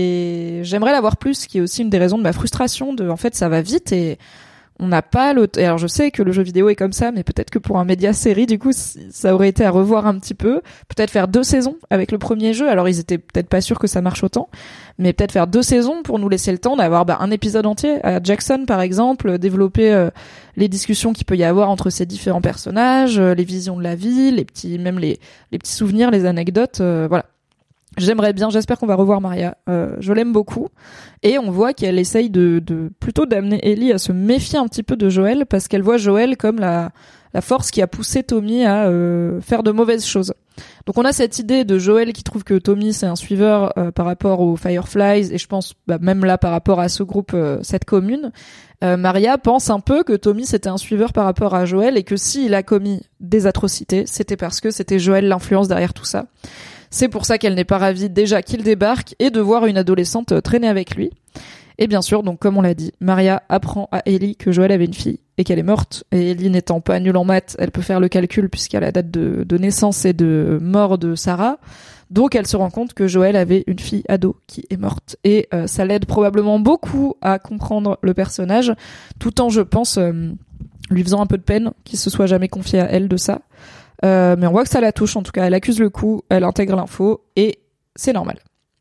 et j'aimerais la voir plus, ce qui est aussi une des raisons de ma frustration. De, en fait, ça va vite et on n'a pas le. Et alors je sais que le jeu vidéo est comme ça, mais peut-être que pour un média série, du coup, ça aurait été à revoir un petit peu. Peut-être faire deux saisons avec le premier jeu. Alors ils étaient peut-être pas sûrs que ça marche autant, mais peut-être faire deux saisons pour nous laisser le temps d'avoir bah, un épisode entier à Jackson par exemple, développer euh, les discussions qu'il peut y avoir entre ces différents personnages, euh, les visions de la vie, les petits, même les les petits souvenirs, les anecdotes, euh, voilà. J'aimerais bien, j'espère qu'on va revoir Maria. Euh, je l'aime beaucoup. Et on voit qu'elle essaye de, de plutôt d'amener Ellie à se méfier un petit peu de Joel parce qu'elle voit Joel comme la, la force qui a poussé Tommy à euh, faire de mauvaises choses. Donc on a cette idée de Joel qui trouve que Tommy c'est un suiveur euh, par rapport aux Fireflies et je pense bah, même là par rapport à ce groupe, euh, cette commune. Euh, Maria pense un peu que Tommy c'était un suiveur par rapport à Joel et que s'il a commis des atrocités, c'était parce que c'était Joel l'influence derrière tout ça. C'est pour ça qu'elle n'est pas ravie déjà qu'il débarque et de voir une adolescente traîner avec lui. Et bien sûr, donc comme on l'a dit, Maria apprend à Ellie que Joel avait une fille et qu'elle est morte. Et Ellie n'étant pas nulle en maths, elle peut faire le calcul puisqu'il y a la date de, de naissance et de mort de Sarah. Donc elle se rend compte que Joel avait une fille ado qui est morte. Et euh, ça l'aide probablement beaucoup à comprendre le personnage, tout en, je pense, euh, lui faisant un peu de peine qu'il se soit jamais confié à elle de ça. Euh, mais on voit que ça la touche, en tout cas elle accuse le coup, elle intègre l'info et c'est normal.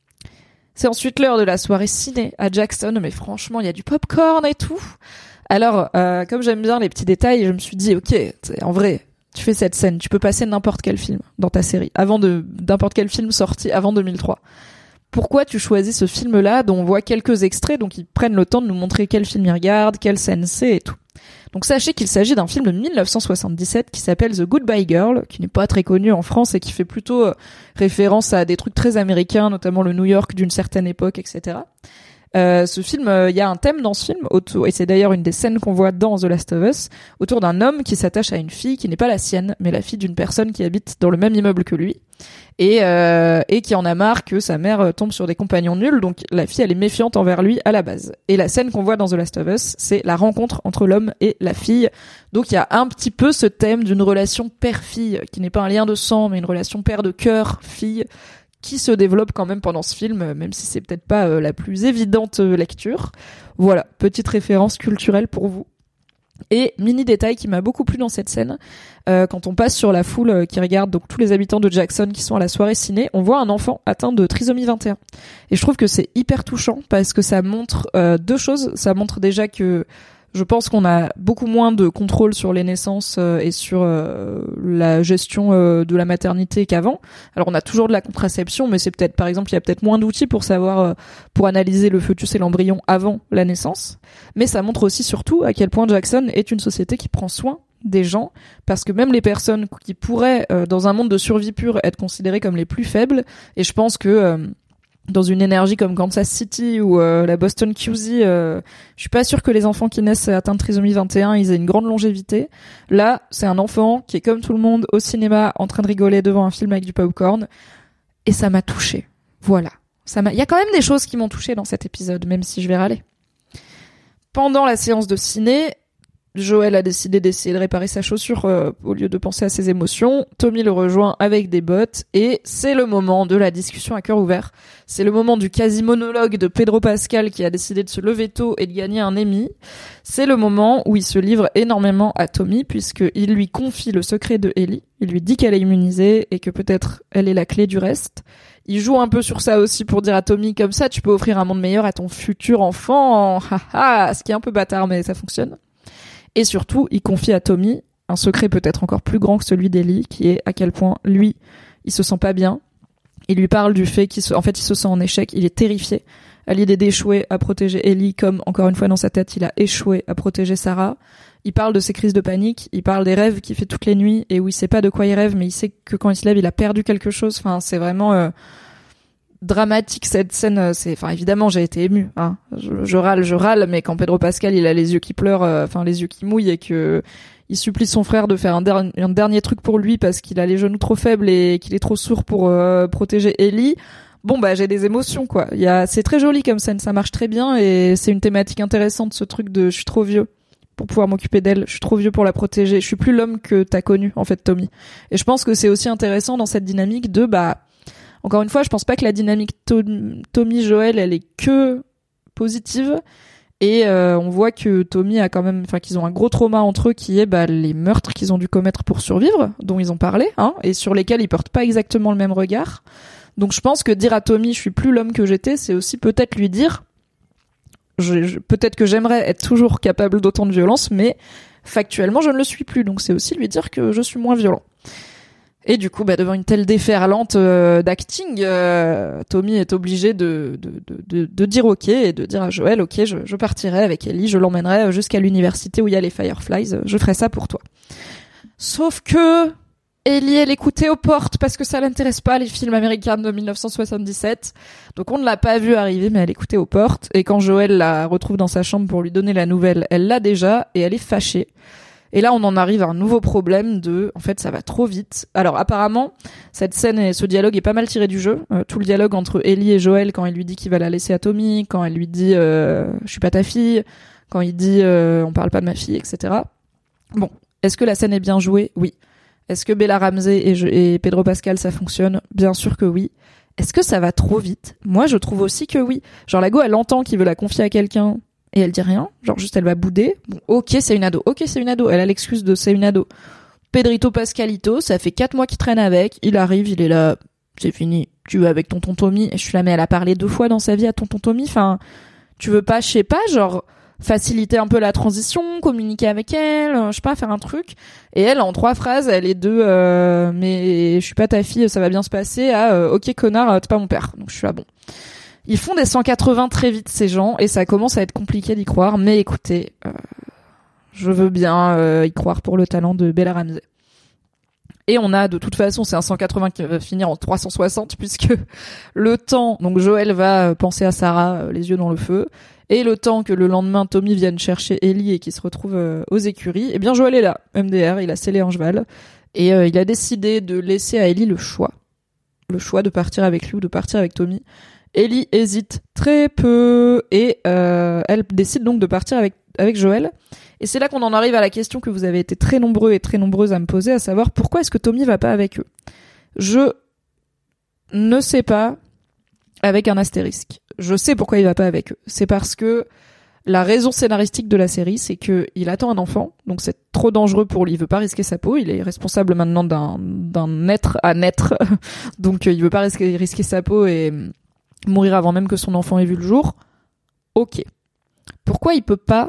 C'est ensuite l'heure de la soirée ciné à Jackson, mais franchement il y a du popcorn et tout. Alors euh, comme j'aime bien les petits détails, je me suis dit ok, en vrai tu fais cette scène, tu peux passer n'importe quel film dans ta série, avant de n'importe quel film sorti avant deux mille trois. Pourquoi tu choisis ce film-là dont on voit quelques extraits, donc ils prennent le temps de nous montrer quel film ils regardent, quelle scène c'est et tout. Donc sachez qu'il s'agit d'un film de dix-neuf cent soixante-dix-sept qui s'appelle The Goodbye Girl, qui n'est pas très connu en France et qui fait plutôt euh, référence à des trucs très américains, notamment le New York d'une certaine époque, et cetera. Euh, ce film, il euh, y a un thème dans ce film, autour, et c'est d'ailleurs une des scènes qu'on voit dans The Last of Us, autour d'un homme qui s'attache à une fille qui n'est pas la sienne, mais la fille d'une personne qui habite dans le même immeuble que lui, et, euh, et qui en a marre que sa mère tombe sur des compagnons nuls, donc la fille elle est méfiante envers lui à la base. Et la scène qu'on voit dans The Last of Us, c'est la rencontre entre l'homme et la fille, donc il y a un petit peu ce thème d'une relation père-fille, qui n'est pas un lien de sang, mais une relation père de cœur-fille, qui se développe quand même pendant ce film, même si c'est peut-être pas euh, la plus évidente euh, lecture. Voilà, petite référence culturelle pour vous. Et mini détail qui m'a beaucoup plu dans cette scène, euh, quand on passe sur la foule euh, qui regarde donc tous les habitants de Jackson qui sont à la soirée ciné, on voit un enfant atteint de trisomie vingt et un. Et je trouve que c'est hyper touchant parce que ça montre euh, deux choses. Ça montre déjà que je pense qu'on a beaucoup moins de contrôle sur les naissances euh, et sur euh, la gestion euh, de la maternité qu'avant. Alors on a toujours de la contraception, mais c'est peut-être, par exemple, il y a peut-être moins d'outils pour savoir, euh, pour analyser le fœtus et l'embryon avant la naissance. Mais ça montre aussi surtout à quel point Jackson est une société qui prend soin des gens, parce que même les personnes qui pourraient, euh, dans un monde de survie pure, être considérées comme les plus faibles, et je pense que euh, dans une énergie comme Kansas City ou euh, la Boston Q Z, euh, je suis pas sûre que les enfants qui naissent atteints de trisomie vingt et un, ils aient une grande longévité. Là, c'est un enfant qui est comme tout le monde au cinéma en train de rigoler devant un film avec du popcorn, et ça m'a touchée. Voilà. Ça m'a... Il y a quand même des choses qui m'ont touchée dans cet épisode, même si je vais râler. Pendant la séance de ciné, Joel a décidé d'essayer de réparer sa chaussure euh, au lieu de penser à ses émotions. Tommy le rejoint avec des bottes et c'est le moment de la discussion à cœur ouvert. C'est le moment du quasi-monologue de Pedro Pascal qui a décidé de se lever tôt et de gagner un Emmy. C'est le moment où il se livre énormément à Tommy puisqu'il lui confie le secret de Ellie. Il lui dit qu'elle est immunisée et que peut-être elle est la clé du reste. Il joue un peu sur ça aussi pour dire à Tommy comme ça tu peux offrir un monde meilleur à ton futur enfant. Haha, ce qui est un peu bâtard mais ça fonctionne. Et surtout, il confie à Tommy un secret peut-être encore plus grand que celui d'Ellie, qui est à quel point lui, il se sent pas bien. Il lui parle du fait qu'il se, en fait, il se sent en échec. Il est terrifié à l'idée d'échouer à protéger Ellie, comme encore une fois dans sa tête, il a échoué à protéger Sarah. Il parle de ses crises de panique. Il parle des rêves qu'il fait toutes les nuits et où il sait pas de quoi il rêve, mais il sait que quand il se lève, il a perdu quelque chose. Enfin, c'est vraiment euh, dramatique cette scène. C'est, enfin, évidemment, j'ai été émue. Hein. Je, je râle, je râle, mais quand Pedro Pascal, il a les yeux qui pleurent, euh, enfin les yeux qui mouillent et que il supplie son frère de faire un, der- un dernier truc pour lui parce qu'il a les genoux trop faibles et qu'il est trop sourd pour euh, protéger Ellie. Bon bah j'ai des émotions quoi. Il y a, c'est très joli comme scène, ça marche très bien et c'est une thématique intéressante ce truc de je suis trop vieux pour pouvoir m'occuper d'elle, je suis trop vieux pour la protéger, je suis plus l'homme que t'as connu en fait Tommy. Et je pense que c'est aussi intéressant dans cette dynamique de bah encore une fois je pense pas que la dynamique to- Tommy Joel elle est que positive et euh, on voit que Tommy a quand même, enfin qu'ils ont un gros trauma entre eux qui est bah les meurtres qu'ils ont dû commettre pour survivre, dont ils ont parlé, hein, et sur lesquels ils portent pas exactement le même regard. Donc je pense que dire à Tommy je suis plus l'homme que j'étais, c'est aussi peut-être lui dire je, je, peut-être que j'aimerais être toujours capable d'autant de violence, mais factuellement je ne le suis plus. Donc c'est aussi lui dire que je suis moins violent. Et du coup, bah, devant une telle déferlante euh, d'acting, euh, Tommy est obligé de, de, de, de, de dire ok et de dire à Joel ok, je, je partirai avec Ellie, je l'emmènerai jusqu'à l'université où il y a les Fireflies, je ferai ça pour toi. Sauf que Ellie, elle écoutait aux portes parce que ça l'intéresse pas les films américains de dix-neuf cent soixante-dix-sept. Donc on ne l'a pas vue arriver, mais elle écoutait aux portes. Et quand Joel la retrouve dans sa chambre pour lui donner la nouvelle, elle l'a déjà et elle est fâchée. Et là, on en arrive à un nouveau problème de, en fait, ça va trop vite. Alors apparemment, cette scène et ce dialogue est pas mal tiré du jeu. Euh, tout le dialogue entre Ellie et Joel quand il lui dit qu'il va la laisser à Tommy, quand elle lui dit euh, je suis pas ta fille, quand il dit euh, on parle pas de ma fille, et cetera. Bon, est-ce que la scène est bien jouée ? Oui. Est-ce que Bella Ramsey et, je, et Pedro Pascal ça fonctionne ? Bien sûr que oui. Est-ce que ça va trop vite ? Moi je trouve aussi que oui. Genre la go elle entend qu'il veut la confier à quelqu'un et elle dit rien. Genre juste elle va bouder. Bon, ok c'est une ado. Ok c'est une ado. Elle a l'excuse de c'est une ado. Pedrito Pascalito, ça fait quatre mois qu'il traîne avec. Il arrive, il est là. C'est fini. Tu veux avec tonton Tommy. Et je suis là mais elle a parlé deux fois dans sa vie à tonton Tommy. Enfin, tu veux pas, je sais pas, genre faciliter un peu la transition, communiquer avec elle, je sais pas, faire un truc. Et elle, en trois phrases, elle est de euh, mais je suis pas ta fille, ça va bien se passer à euh, ok connard, t'es pas mon père. Donc je suis là bon. Ils font des cent quatre-vingts très vite ces gens et ça commence à être compliqué d'y croire. Mais écoutez, euh, je veux bien euh, y croire pour le talent de Bella Ramsey. Et on a de toute façon, c'est un cent quatre-vingts qui va finir en trois cent soixante puisque le temps, donc Joel va penser à Sarah, les yeux dans le feu. Et le temps que le lendemain Tommy vienne chercher Ellie et qu'il se retrouve euh, aux écuries, eh bien Joel est là, M D R, il a scellé en cheval et euh, il a décidé de laisser à Ellie le choix, le choix de partir avec lui ou de partir avec Tommy. Ellie hésite très peu et euh, elle décide donc de partir avec avec Joel. Et c'est là qu'on en arrive à la question que vous avez été très nombreux et très nombreuses à me poser, à savoir pourquoi est-ce que Tommy va pas avec eux ? Je ne sais pas, avec un astérisque. Je sais pourquoi il va pas avec eux. C'est parce que la raison scénaristique de la série, c'est que il attend un enfant, donc c'est trop dangereux pour lui. Il veut pas risquer sa peau. Il est responsable maintenant d'un d'un être à naître, donc il veut pas risquer, risquer sa peau et mourir avant même que son enfant ait vu le jour. Ok. Pourquoi il peut pas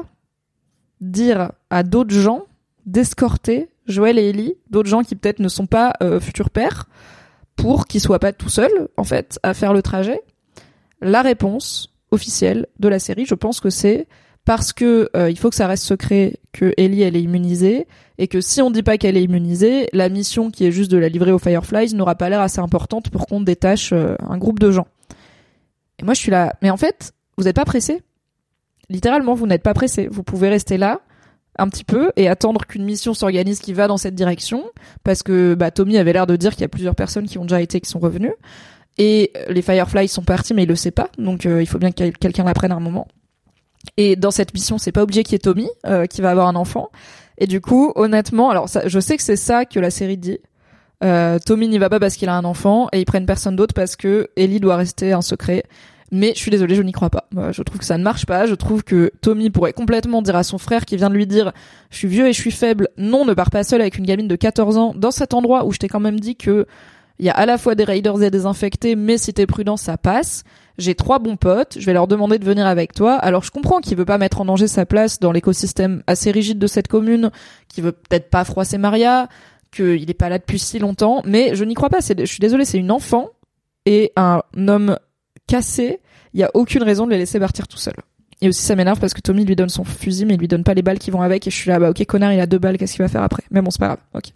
dire à d'autres gens d'escorter Joel et Ellie, d'autres gens qui peut-être ne sont pas euh, futurs pères, pour qu'ils soient pas tout seuls en fait à faire le trajet? La réponse officielle de la série, je pense que c'est parce que euh, il faut que ça reste secret que Ellie elle est immunisée et que si on dit pas qu'elle est immunisée, la mission qui est juste de la livrer aux Fireflies n'aura pas l'air assez importante pour qu'on détache euh, un groupe de gens. Et moi je suis là, mais en fait, vous n'êtes pas pressés. Littéralement, vous n'êtes pas pressés. Vous pouvez rester là un petit peu et attendre qu'une mission s'organise qui va dans cette direction, parce que bah Tommy avait l'air de dire qu'il y a plusieurs personnes qui ont déjà été, qui sont revenues. Et les Fireflies sont partis, mais il le sait pas, donc euh, il faut bien que quelqu'un l'apprenne à un moment. Et dans cette mission, c'est pas obligé qu'il y ait Tommy euh, qui va avoir un enfant. Et du coup, honnêtement, alors ça, je sais que c'est ça que la série dit. Euh, Tommy n'y va pas parce qu'il a un enfant et ils prennent personne d'autre parce que Ellie doit rester un secret. Mais je suis désolée, je n'y crois pas. Euh, je trouve que ça ne marche pas. Je trouve que Tommy pourrait complètement dire à son frère qui vient de lui dire « Je suis vieux et je suis faible. Non, ne pars pas seul avec une gamine de quatorze ans dans cet endroit où je t'ai quand même dit que il y a à la fois des raiders et des infectés, mais si t'es prudent, ça passe. J'ai trois bons potes. Je vais leur demander de venir avec toi. Alors je comprends qu'il veut pas mettre en danger sa place dans l'écosystème assez rigide de cette commune, qu'il veut peut-être pas froisser Maria, qu'il est pas là depuis si longtemps, mais je n'y crois pas. C'est, je suis désolée, c'est une enfant et un homme cassé. Il y a aucune raison de les laisser partir tout seul. Et aussi ça m'énerve parce que Tommy lui donne son fusil, mais il lui donne pas les balles qui vont avec. Et je suis là, bah ok connard, il a deux balles, qu'est-ce qu'il va faire après? Mais bon, c'est pas grave. Ok.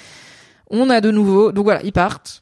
On a de nouveau, donc voilà, ils partent.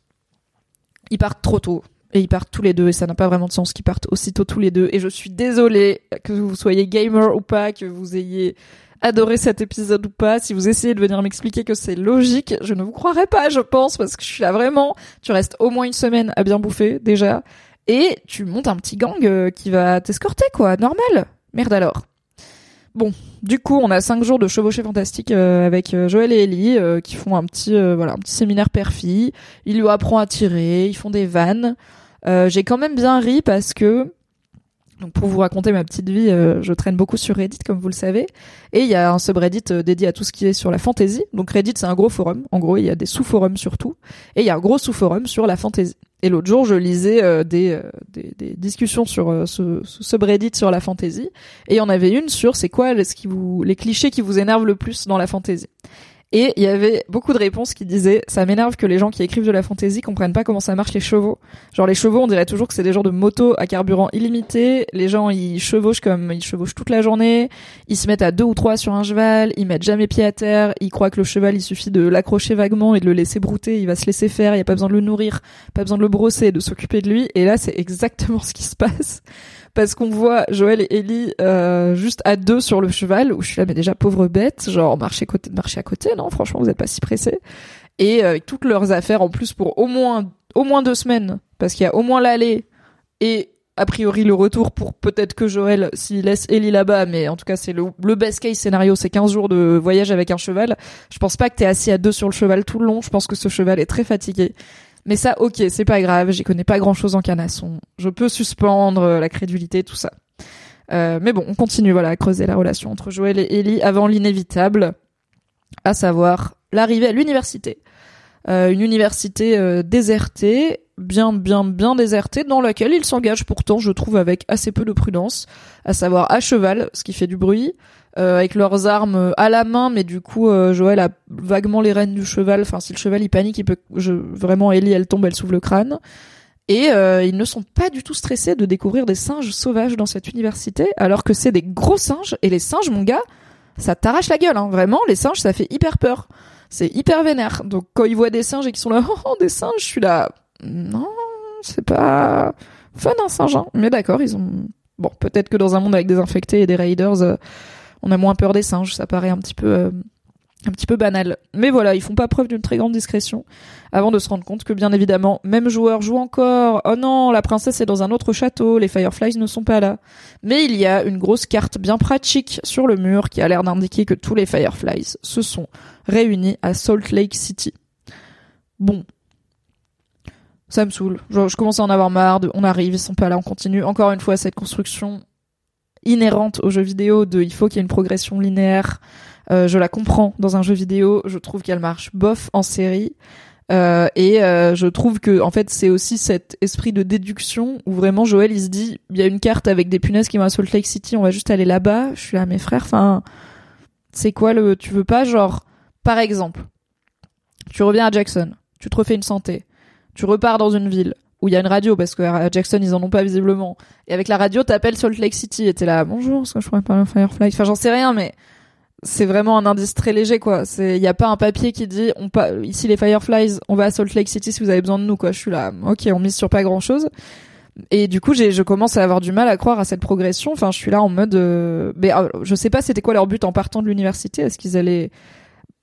Ils partent trop tôt. Et ils partent tous les deux, et ça n'a pas vraiment de sens qu'ils partent aussitôt tous les deux. Et je suis désolée que vous soyez gamer ou pas, que vous ayez adoré cet épisode ou pas. Si vous essayez de venir m'expliquer que c'est logique, je ne vous croirais pas, je pense, parce que je suis là vraiment. Tu restes au moins une semaine à bien bouffer, déjà. Et tu montes un petit gang euh, qui va t'escorter, quoi. Normal. Merde alors. Bon, du coup, on a cinq jours de chevauchée fantastique euh, avec euh, Joël et Ellie euh, qui font un petit, euh, voilà, un petit séminaire père-fille. Il lui apprend à tirer, ils font des vannes. Euh, j'ai quand même bien ri parce que, donc pour vous raconter ma petite vie, euh, je traîne beaucoup sur Reddit comme vous le savez, et il y a un subreddit euh, dédié à tout ce qui est sur la fantasy. Donc Reddit c'est un gros forum, en gros il y a des sous-forums surtout, et il y a un gros sous-forum sur la fantasy. Et l'autre jour je lisais euh, des, euh, des des discussions sur euh, ce, ce subreddit sur la fantasy, et il y en avait une sur c'est quoi les, ce qui vous, les clichés qui vous énervent le plus dans la fantasy. Et il y avait beaucoup de réponses qui disaient « Ça m'énerve que les gens qui écrivent de la fantasy comprennent pas comment ça marche les chevaux. » Genre les chevaux, on dirait toujours que c'est des genres de motos à carburant illimité. Les gens, ils chevauchent comme ils chevauchent toute la journée. Ils se mettent à deux ou trois sur un cheval. Ils mettent jamais pied à terre. Ils croient que le cheval, il suffit de l'accrocher vaguement et de le laisser brouter. Il va se laisser faire. Il y a pas besoin de le nourrir, pas besoin de le brosser, de s'occuper de lui. Et là, c'est exactement ce qui se passe. Parce qu'on voit Joël et Ellie euh, juste à deux sur le cheval, où je suis là, mais déjà, pauvre bête, genre, marchez, côté, marchez à côté, non, franchement, vous êtes pas si pressés. Et euh, avec toutes leurs affaires, en plus, pour au moins au moins deux semaines, parce qu'il y a au moins l'aller, et a priori le retour pour peut-être que Joël, s'il laisse Ellie là-bas, mais en tout cas, c'est le, le best case scénario, c'est quinze jours de voyage avec un cheval. Je pense pas que t'es assis à deux sur le cheval tout le long, je pense que ce cheval est très fatigué. Mais ça, ok, c'est pas grave, j'y connais pas grand-chose en canasson. Je peux suspendre la crédulité, tout ça. Euh, mais bon, on continue, voilà, à creuser la relation entre Joël et Ellie avant l'inévitable, à savoir l'arrivée à l'université. Euh, une université euh, désertée, bien, bien, bien désertée, dans laquelle ils s'engagent pourtant, je trouve, avec assez peu de prudence, à savoir à cheval, ce qui fait du bruit, Euh, avec leurs armes à la main, mais du coup euh, Joël a vaguement les rênes du cheval. Enfin, si le cheval il panique, il peut je, vraiment Ellie elle tombe, elle s'ouvre le crâne. Et euh, ils ne sont pas du tout stressés de découvrir des singes sauvages dans cette université, alors que c'est des gros singes. Et les singes, mon gars, ça t'arrache la gueule, hein. Vraiment, les singes, ça fait hyper peur. C'est hyper vénère. Donc quand ils voient des singes et qu'ils sont là, oh, oh des singes, je suis là, non, c'est pas fun un singe. Hein. Mais d'accord, ils ont. Bon, peut-être que dans un monde avec des infectés et des raiders. Euh, On a moins peur des singes, ça paraît un petit peu euh, un petit peu banal. Mais voilà, ils font pas preuve d'une très grande discrétion avant de se rendre compte que bien évidemment, même joueur joue encore. Oh non, la princesse est dans un autre château, les Fireflies ne sont pas là. Mais il y a une grosse carte bien pratique sur le mur qui a l'air d'indiquer que tous les Fireflies se sont réunis à Salt Lake City. Bon. Ça me saoule. Genre, je commence à en avoir marre. De, on arrive, ils sont pas là, on continue. Encore une fois, cette construction inhérente aux jeux vidéo de il faut qu'il y ait une progression linéaire. Euh, je la comprends dans un jeu vidéo, je trouve qu'elle marche bof en série. Euh, et euh, je trouve que en fait c'est aussi cet esprit de déduction où vraiment Joël il se dit il y a une carte avec des punaises qui vont à Salt Lake City, on va juste aller là-bas. Je suis là mes frères, enfin c'est quoi le tu veux pas genre par exemple tu reviens à Jackson, tu te refais une santé, tu repars dans une ville où il y a une radio, parce que à Jackson, ils en ont pas visiblement. Et avec la radio, t'appelles Salt Lake City et t'es là, bonjour, est-ce que je pourrais parler au Firefly? Enfin, j'en sais rien, mais c'est vraiment un indice très léger, quoi. C'est, y a pas un papier qui dit, on pa- ici les Fireflies, on va à Salt Lake City si vous avez besoin de nous, quoi. Je suis là, ok, on mise sur pas grand chose. Et du coup, j'ai, je commence à avoir du mal à croire à cette progression. Enfin, je suis là en mode, euh... mais euh, je sais pas c'était quoi leur but en partant de l'université. Est-ce qu'ils allaient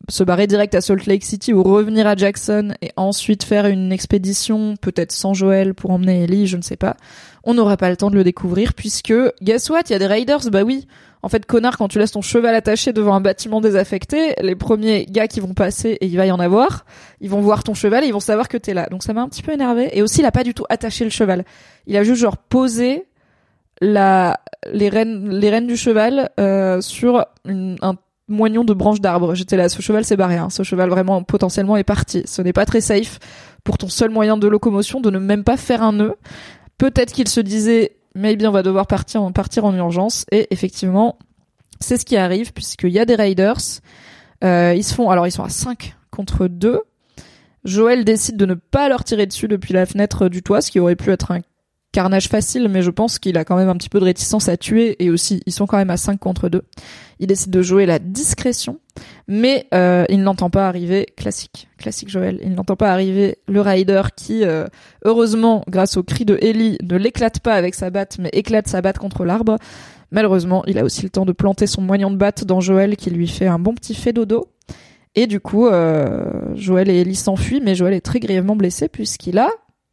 se barrer direct à Salt Lake City ou revenir à Jackson et ensuite faire une expédition, peut-être sans Joel, pour emmener Ellie, je ne sais pas. On n'aura pas le temps de le découvrir puisque, guess what, il y a des raiders, bah oui. En fait, connard, quand tu laisses ton cheval attaché devant un bâtiment désaffecté, les premiers gars qui vont passer, et il va y en avoir, ils vont voir ton cheval et ils vont savoir que t'es là. Donc ça m'a un petit peu énervé. Et aussi, il a pas du tout attaché le cheval. Il a juste genre posé la, les rênes, les rênes du cheval, euh, sur une, un moignon de branche d'arbre. J'étais là, ce cheval s'est barré, hein. Ce cheval vraiment potentiellement est parti. Ce n'est pas très safe pour ton seul moyen de locomotion de ne même pas faire un nœud. Peut-être qu'il se disait, maybe on va devoir partir en, partir en urgence. Et effectivement, c'est ce qui arrive puisqu'il y a des raiders. Euh, ils se font, alors ils sont à cinq contre deux. Joel décide de ne pas leur tirer dessus depuis la fenêtre du toit, ce qui aurait pu être un carnage facile, mais je pense qu'il a quand même un petit peu de réticence à tuer, et aussi, ils sont quand même à cinq contre deux. Il décide de jouer la discrétion, mais euh, il n'entend pas arriver, classique, classique Joel, il n'entend pas arriver le Raider qui, euh, heureusement, grâce au cri de Ellie, ne l'éclate pas avec sa batte, mais éclate sa batte contre l'arbre. Malheureusement, il a aussi le temps de planter son moignon de batte dans Joel, qui lui fait un bon petit fait dodo. Et du coup, euh, Joel et Ellie s'enfuient, mais Joel est très grièvement blessé, puisqu'il a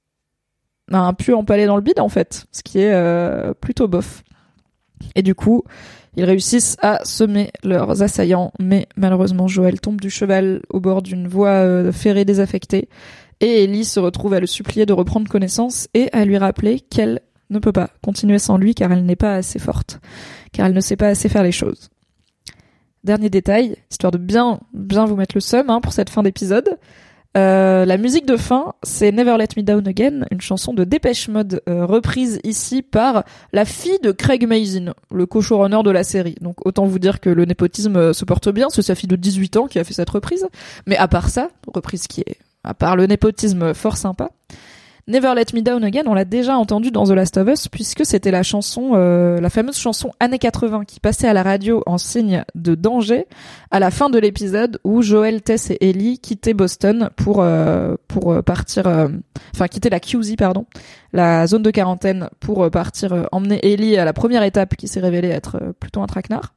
un pu empalé dans le bide en fait, ce qui est euh, plutôt bof. Et du coup, ils réussissent à semer leurs assaillants, mais malheureusement Joel tombe du cheval au bord d'une voie euh, ferrée désaffectée, et Ellie se retrouve à le supplier de reprendre connaissance et à lui rappeler qu'elle ne peut pas continuer sans lui car elle n'est pas assez forte, car elle ne sait pas assez faire les choses. Dernier détail, histoire de bien bien vous mettre le seum hein, pour cette fin d'épisode. Euh, la musique de fin, c'est Never Let Me Down Again, une chanson de Depeche Mode euh, reprise ici par la fille de Craig Mazin, le co-showrunner de la série. Donc autant vous dire que le népotisme euh, se porte bien, c'est sa fille de dix-huit ans qui a fait cette reprise. Mais à part ça, reprise qui est, à part le népotisme, fort sympa. Never Let Me Down Again, on l'a déjà entendu dans The Last of Us, puisque c'était la chanson, euh, la fameuse chanson années quatre-vingts qui passait à la radio en signe de danger à la fin de l'épisode où Joel, Tess et Ellie quittaient Boston pour euh, pour partir, euh, enfin quitter la Q Z pardon, la zone de quarantaine pour euh, partir euh, emmener Ellie à la première étape qui s'est révélée être euh, plutôt un traquenard.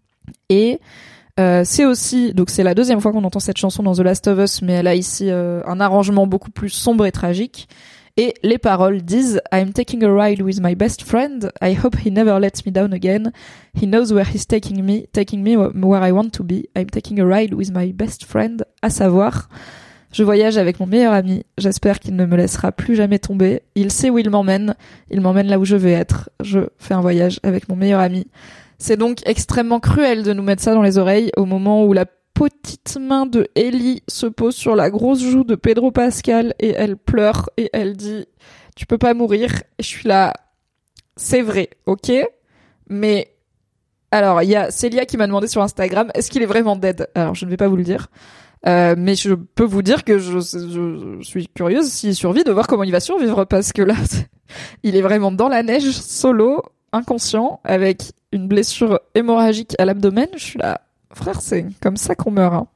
Et Euh, c'est aussi, donc c'est la deuxième fois qu'on entend cette chanson dans The Last of Us, mais elle a ici euh, un arrangement beaucoup plus sombre et tragique. Et les paroles disent I'm taking a ride with my best friend. I hope he never lets me down again. He knows where he's taking me, taking me where I want to be. I'm taking a ride with my best friend. À savoir, je voyage avec mon meilleur ami. J'espère qu'il ne me laissera plus jamais tomber. Il sait où il m'emmène. Il m'emmène là où je veux être. Je fais un voyage avec mon meilleur ami. C'est donc extrêmement cruel de nous mettre ça dans les oreilles au moment où la petite main de Ellie se pose sur la grosse joue de Pedro Pascal et elle pleure et elle dit « Tu peux pas mourir ». Et je suis là, c'est vrai, ok ? Mais alors, il y a Célia qui m'a demandé sur Instagram « Est-ce qu'il est vraiment dead ?» Alors, je ne vais pas vous le dire. Euh, mais je peux vous dire que je, je, je suis curieuse s'il survit de voir comment il va survivre parce que là, il est vraiment dans la neige, solo, inconscient, avec une blessure hémorragique à l'abdomen. Je suis là, frère, c'est comme ça qu'on meurt. Hein.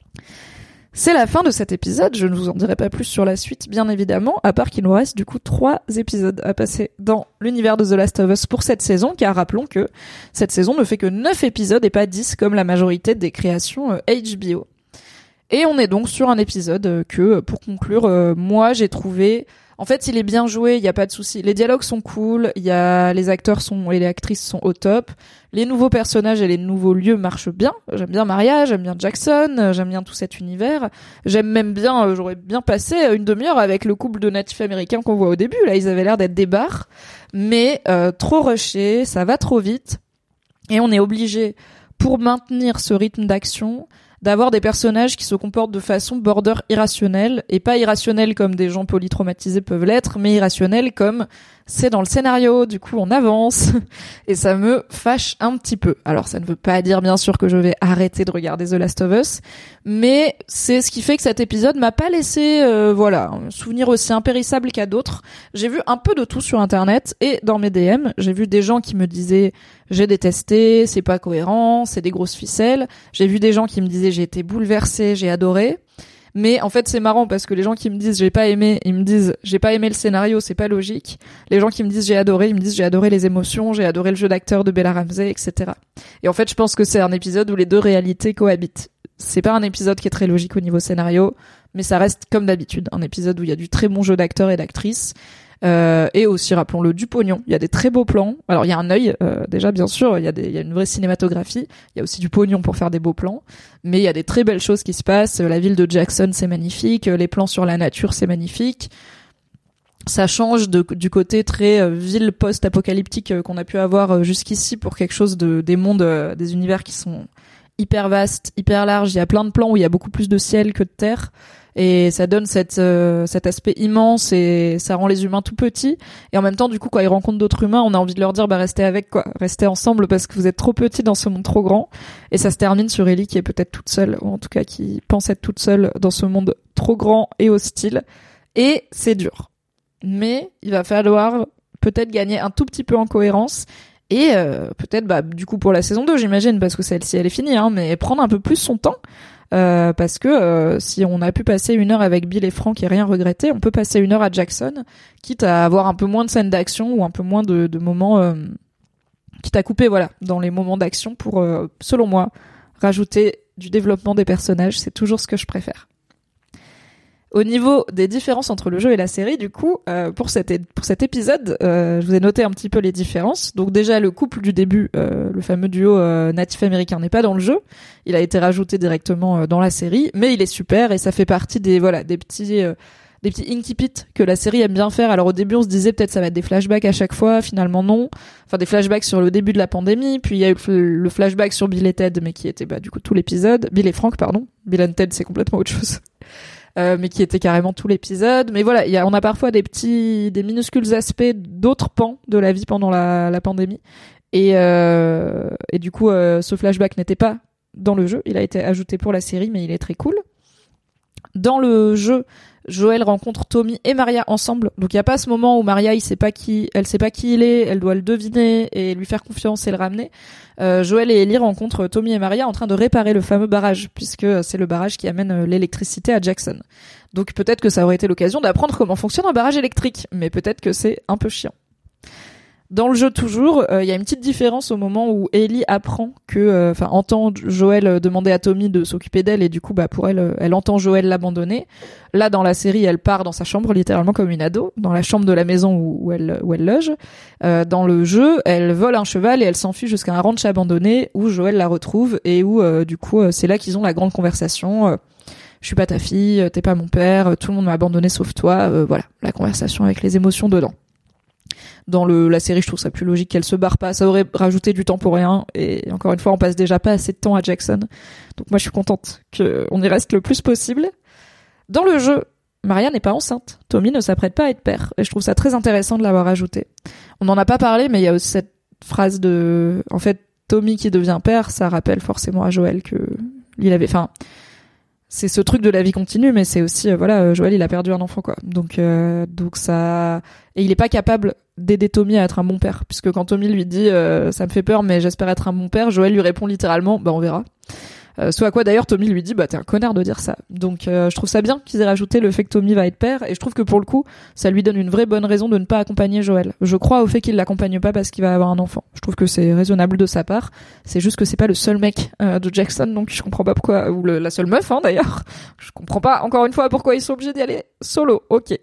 C'est la fin de cet épisode. Je ne vous en dirai pas plus sur la suite, bien évidemment, à part qu'il nous reste du coup trois épisodes à passer dans l'univers de The Last of Us pour cette saison, car rappelons que cette saison ne fait que neuf épisodes et pas dix comme la majorité des créations H B O. Et on est donc sur un épisode que, pour conclure, euh, moi j'ai trouvé... En fait, il est bien joué, il y a pas de souci. Les dialogues sont cool, il y a les acteurs sont et les actrices sont au top. Les nouveaux personnages et les nouveaux lieux marchent bien. J'aime bien Maria, j'aime bien Jackson, j'aime bien tout cet univers. J'aime même bien, euh, j'aurais bien passé une demi-heure avec le couple de natifs américains qu'on voit au début. Là, ils avaient l'air d'être des barres, mais euh, trop rushé, ça va trop vite, et on est obligé pour maintenir ce rythme d'action d'avoir des personnages qui se comportent de façon border irrationnelle, et pas irrationnelle comme des gens polytraumatisés peuvent l'être, mais irrationnelle comme c'est dans le scénario, du coup on avance, et ça me fâche un petit peu. Alors ça ne veut pas dire bien sûr que je vais arrêter de regarder The Last of Us, mais c'est ce qui fait que cet épisode m'a pas laissé, euh, voilà, un souvenir aussi impérissable qu'à d'autres. J'ai vu un peu de tout sur internet, et dans mes D M, j'ai vu des gens qui me disaient j'ai détesté, c'est pas cohérent, c'est des grosses ficelles. J'ai vu des gens qui me disaient j'ai été bouleversée, j'ai adoré. Mais en fait, c'est marrant parce que les gens qui me disent j'ai pas aimé, ils me disent j'ai pas aimé le scénario, c'est pas logique. Les gens qui me disent j'ai adoré, ils me disent j'ai adoré les émotions, j'ai adoré le jeu d'acteur de Bella Ramsey, et cetera. Et en fait, je pense que c'est un épisode où les deux réalités cohabitent. C'est pas un épisode qui est très logique au niveau scénario, mais ça reste comme d'habitude un épisode où il y a du très bon jeu d'acteurs et d'actrices. Euh, et aussi, rappelons-le, du pognon. Il y a des très beaux plans. Alors, il y a un œil, euh, déjà, bien sûr. Il y a des, il y a une vraie cinématographie. Il y a aussi du pognon pour faire des beaux plans. Mais il y a des très belles choses qui se passent. La ville de Jackson, c'est magnifique. Les plans sur la nature, c'est magnifique. Ça change de, du côté très euh, ville post-apocalyptique euh, qu'on a pu avoir euh, jusqu'ici pour quelque chose de, des mondes, euh, des univers qui sont hyper vastes, hyper larges. Il y a plein de plans où il y a beaucoup plus de ciel que de terre. Et ça donne cette, euh, cet aspect immense et ça rend les humains tout petits. Et en même temps, du coup, quand ils rencontrent d'autres humains, on a envie de leur dire, bah, restez avec, quoi. Restez ensemble parce que vous êtes trop petits dans ce monde trop grand. Et ça se termine sur Ellie qui est peut-être toute seule, ou en tout cas qui pense être toute seule dans ce monde trop grand et hostile. Et c'est dur. Mais il va falloir peut-être gagner un tout petit peu en cohérence. Et euh, peut-être, bah, du coup, pour la saison deux, j'imagine, parce que celle-ci, elle est finie, hein, mais prendre un peu plus son temps. Euh, parce que euh, si on a pu passer une heure avec Bill et Frank et rien regretter, on peut passer une heure à Jackson, quitte à avoir un peu moins de scènes d'action ou un peu moins de, de moments, euh, quitte à couper, voilà, dans les moments d'action pour, euh, selon moi, rajouter du développement des personnages. C'est toujours ce que je préfère. Au niveau des différences entre le jeu et la série, du coup, euh, pour cet é- pour cet épisode, euh, je vous ai noté un petit peu les différences. Donc déjà, le couple du début, euh, le fameux duo euh, natif américain, n'est pas dans le jeu. Il a été rajouté directement euh, dans la série, mais il est super et ça fait partie des voilà des petits euh, des petits incipits que la série aime bien faire. Alors au début, on se disait peut-être ça va être des flashbacks à chaque fois, finalement non. Enfin des flashbacks sur le début de la pandémie, puis il y a eu le flashback sur Bill et Ted, mais qui était bah du coup tout l'épisode. Bill et Frank, pardon. Bill and Ted, c'est complètement autre chose. Euh, mais qui était carrément tout l'épisode. Mais voilà, y a, on a parfois des petits, des minuscules aspects d'autres pans de la vie pendant la, la pandémie. Et, euh, et du coup, euh, ce flashback n'était pas dans le jeu. Il a été ajouté pour la série, mais il est très cool. Dans le jeu, Joel rencontre Tommy et Maria ensemble. Donc il y a pas ce moment où Maria, il sait pas qui, elle sait pas qui il est, elle doit le deviner et lui faire confiance et le ramener. Euh, Joel et Ellie rencontrent Tommy et Maria en train de réparer le fameux barrage, puisque c'est le barrage qui amène l'électricité à Jackson. Donc peut-être que ça aurait été l'occasion d'apprendre comment fonctionne un barrage électrique, mais peut-être que c'est un peu chiant. Dans le jeu toujours, il euh, y a une petite différence au moment où Ellie apprend que, enfin, euh, entend Joel demander à Tommy de s'occuper d'elle et du coup, bah pour elle, elle entend Joel l'abandonner. Là, dans la série, elle part dans sa chambre littéralement comme une ado, dans la chambre de la maison où, où elle où elle loge. Euh, dans le jeu, elle vole un cheval et elle s'enfuit jusqu'à un ranch abandonné où Joel la retrouve et où euh, du coup, euh, c'est là qu'ils ont la grande conversation. Euh, je suis pas ta fille, t'es pas mon père, tout le monde m'a abandonné sauf toi. Euh, voilà, la conversation avec les émotions dedans. Dans le, la série, je trouve ça plus logique qu'elle se barre pas. Ça aurait rajouté du temps pour rien. Et encore une fois, on passe déjà pas assez de temps à Jackson. Donc moi, je suis contente qu'on y reste le plus possible. Dans le jeu, Maria n'est pas enceinte. Tommy ne s'apprête pas à être père. Et je trouve ça très intéressant de l'avoir ajouté. On n'en a pas parlé, mais il y a aussi cette phrase de... En fait, Tommy qui devient père, ça rappelle forcément à Joel que... Il avait... Enfin... C'est ce truc de la vie continue, mais c'est aussi euh, voilà, Joel il a perdu un enfant quoi. Donc euh, donc ça et il est pas capable d'aider Tommy à être un bon père, puisque quand Tommy lui dit euh, ça me fait peur mais j'espère être un bon père, Joel lui répond littéralement bah on verra. Euh, soit à quoi d'ailleurs Tommy lui dit bah t'es un connard de dire ça. Donc euh, je trouve ça bien qu'ils aient rajouté le fait que Tommy va être père et je trouve que pour le coup ça lui donne une vraie bonne raison de ne pas accompagner Joel. Je crois au fait qu'il l'accompagne pas parce qu'il va avoir un enfant. Je trouve que c'est raisonnable de sa part. C'est juste que c'est pas le seul mec euh, de Jackson, donc je comprends pas pourquoi, ou le, la seule meuf hein d'ailleurs. Je comprends pas encore une fois pourquoi ils sont obligés d'y aller solo. Ok.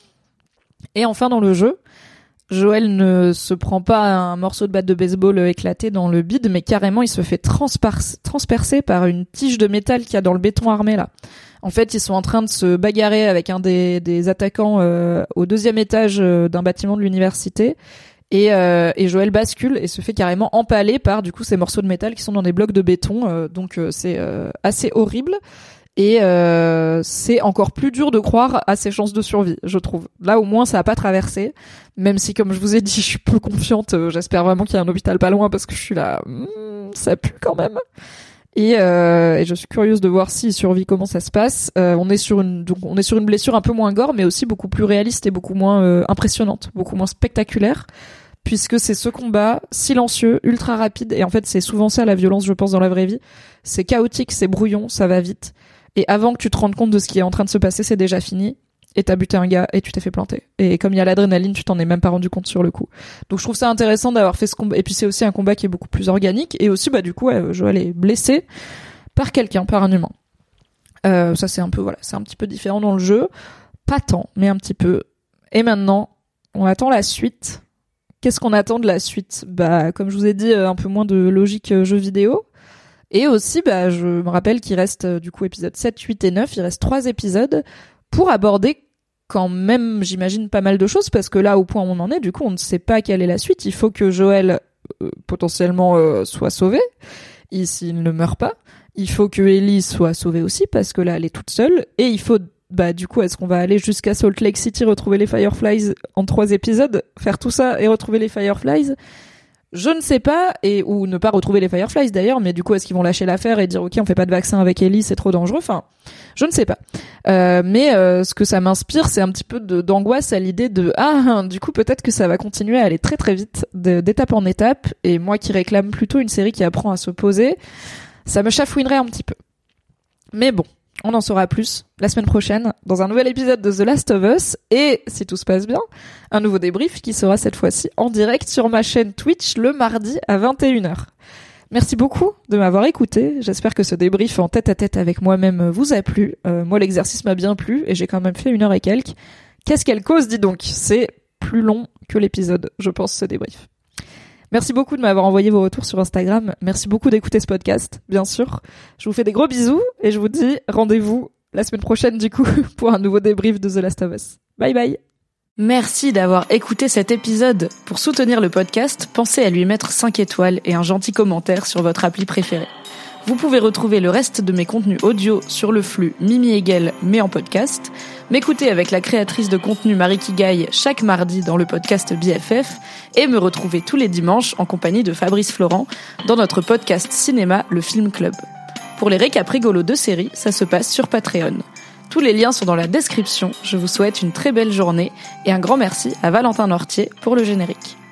Et enfin dans le jeu, Joel ne se prend pas un morceau de batte de baseball éclaté dans le bide, mais carrément il se fait transpar- transpercer par une tige de métal qu'il y a dans le béton armé là. En fait, ils sont en train de se bagarrer avec un des, des attaquants euh, au deuxième étage euh, d'un bâtiment de l'université. Et, euh, et Joel bascule et se fait carrément empaler par du coup ces morceaux de métal qui sont dans des blocs de béton. Euh, donc euh, c'est euh, assez horrible. Et euh, c'est encore plus dur de croire à ses chances de survie, je trouve. Là, au moins, ça a pas traversé. Même si, comme je vous ai dit, je suis peu confiante. Euh, j'espère vraiment qu'il y a un hôpital pas loin parce que je suis là... Hmm, ça pue quand même. Et, euh, et je suis curieuse de voir s'il survit, comment ça se passe. Euh, on est sur une, donc, on est sur une blessure un peu moins gore, mais aussi beaucoup plus réaliste et beaucoup moins euh, impressionnante, beaucoup moins spectaculaire. Puisque c'est ce combat silencieux, ultra rapide. Et en fait, c'est souvent ça, la violence, je pense, dans la vraie vie. C'est chaotique, c'est brouillon, ça va vite. Et avant que tu te rendes compte de ce qui est en train de se passer, c'est déjà fini. Et t'as buté un gars et tu t'es fait planter. Et comme il y a l'adrénaline, tu t'en es même pas rendu compte sur le coup. Donc je trouve ça intéressant d'avoir fait ce combat. Et puis c'est aussi un combat qui est beaucoup plus organique. Et aussi, bah du coup, ouais, Joel est blessé par quelqu'un, par un humain. Euh, ça c'est un peu voilà, c'est un petit peu différent dans le jeu, pas tant, mais un petit peu. Et maintenant, on attend la suite. Qu'est-ce qu'on attend de la suite ? Bah, comme je vous ai dit, un peu moins de logique jeu vidéo. Et aussi, bah, je me rappelle qu'il reste du coup épisode sept, huit et neuf, il reste trois épisodes pour aborder quand même, j'imagine, pas mal de choses, parce que là, au point où on en est, du coup, on ne sait pas quelle est la suite. Il faut que Joël, euh, potentiellement, euh, soit sauvé, et s'il ne meurt pas. Il faut que Ellie soit sauvée aussi, parce que là, elle est toute seule. Et il faut, bah, du coup, est-ce qu'on va aller jusqu'à Salt Lake City, retrouver les Fireflies en trois épisodes, faire tout ça et retrouver les Fireflies ? Je ne sais pas, et ou ne pas retrouver les Fireflies d'ailleurs, mais du coup, est-ce qu'ils vont lâcher l'affaire et dire ok, on fait pas de vaccin avec Ellie, c'est trop dangereux ? Enfin, je ne sais pas. Euh, mais euh, ce que ça m'inspire, c'est un petit peu de, d'angoisse à l'idée de ah, du coup, peut-être que ça va continuer à aller très très vite, de, d'étape en étape. Et moi, qui réclame plutôt une série qui apprend à se poser, ça me chafouinerait un petit peu. Mais bon, on en saura plus la semaine prochaine dans un nouvel épisode de The Last of Us et, si tout se passe bien, un nouveau débrief qui sera cette fois-ci en direct sur ma chaîne Twitch le mardi à vingt et une heures. Merci beaucoup de m'avoir écouté. J'espère que ce débrief en tête-à-tête avec moi-même vous a plu. Euh, moi, l'exercice m'a bien plu et j'ai quand même fait une heure et quelques. Qu'est-ce qu'elle cause, dis donc ? C'est plus long que l'épisode, je pense, ce débrief. Merci beaucoup de m'avoir envoyé vos retours sur Instagram. Merci beaucoup d'écouter ce podcast, bien sûr. Je vous fais des gros bisous et je vous dis rendez-vous la semaine prochaine du coup pour un nouveau débrief de The Last of Us. Bye bye. Merci d'avoir écouté cet épisode. Pour soutenir le podcast, pensez à lui mettre cinq étoiles et un gentil commentaire sur votre appli préférée. Vous pouvez retrouver le reste de mes contenus audio sur le flux Mimi Hegel, mais en podcast, m'écouter avec la créatrice de contenu Marie Kigaille chaque mardi dans le podcast B F F et me retrouver tous les dimanches en compagnie de Fabrice Florent dans notre podcast cinéma Le Film Club. Pour les récaps rigolos de séries, ça se passe sur Patreon. Tous les liens sont dans la description. Je vous souhaite une très belle journée et un grand merci à Valentin Nortier pour le générique.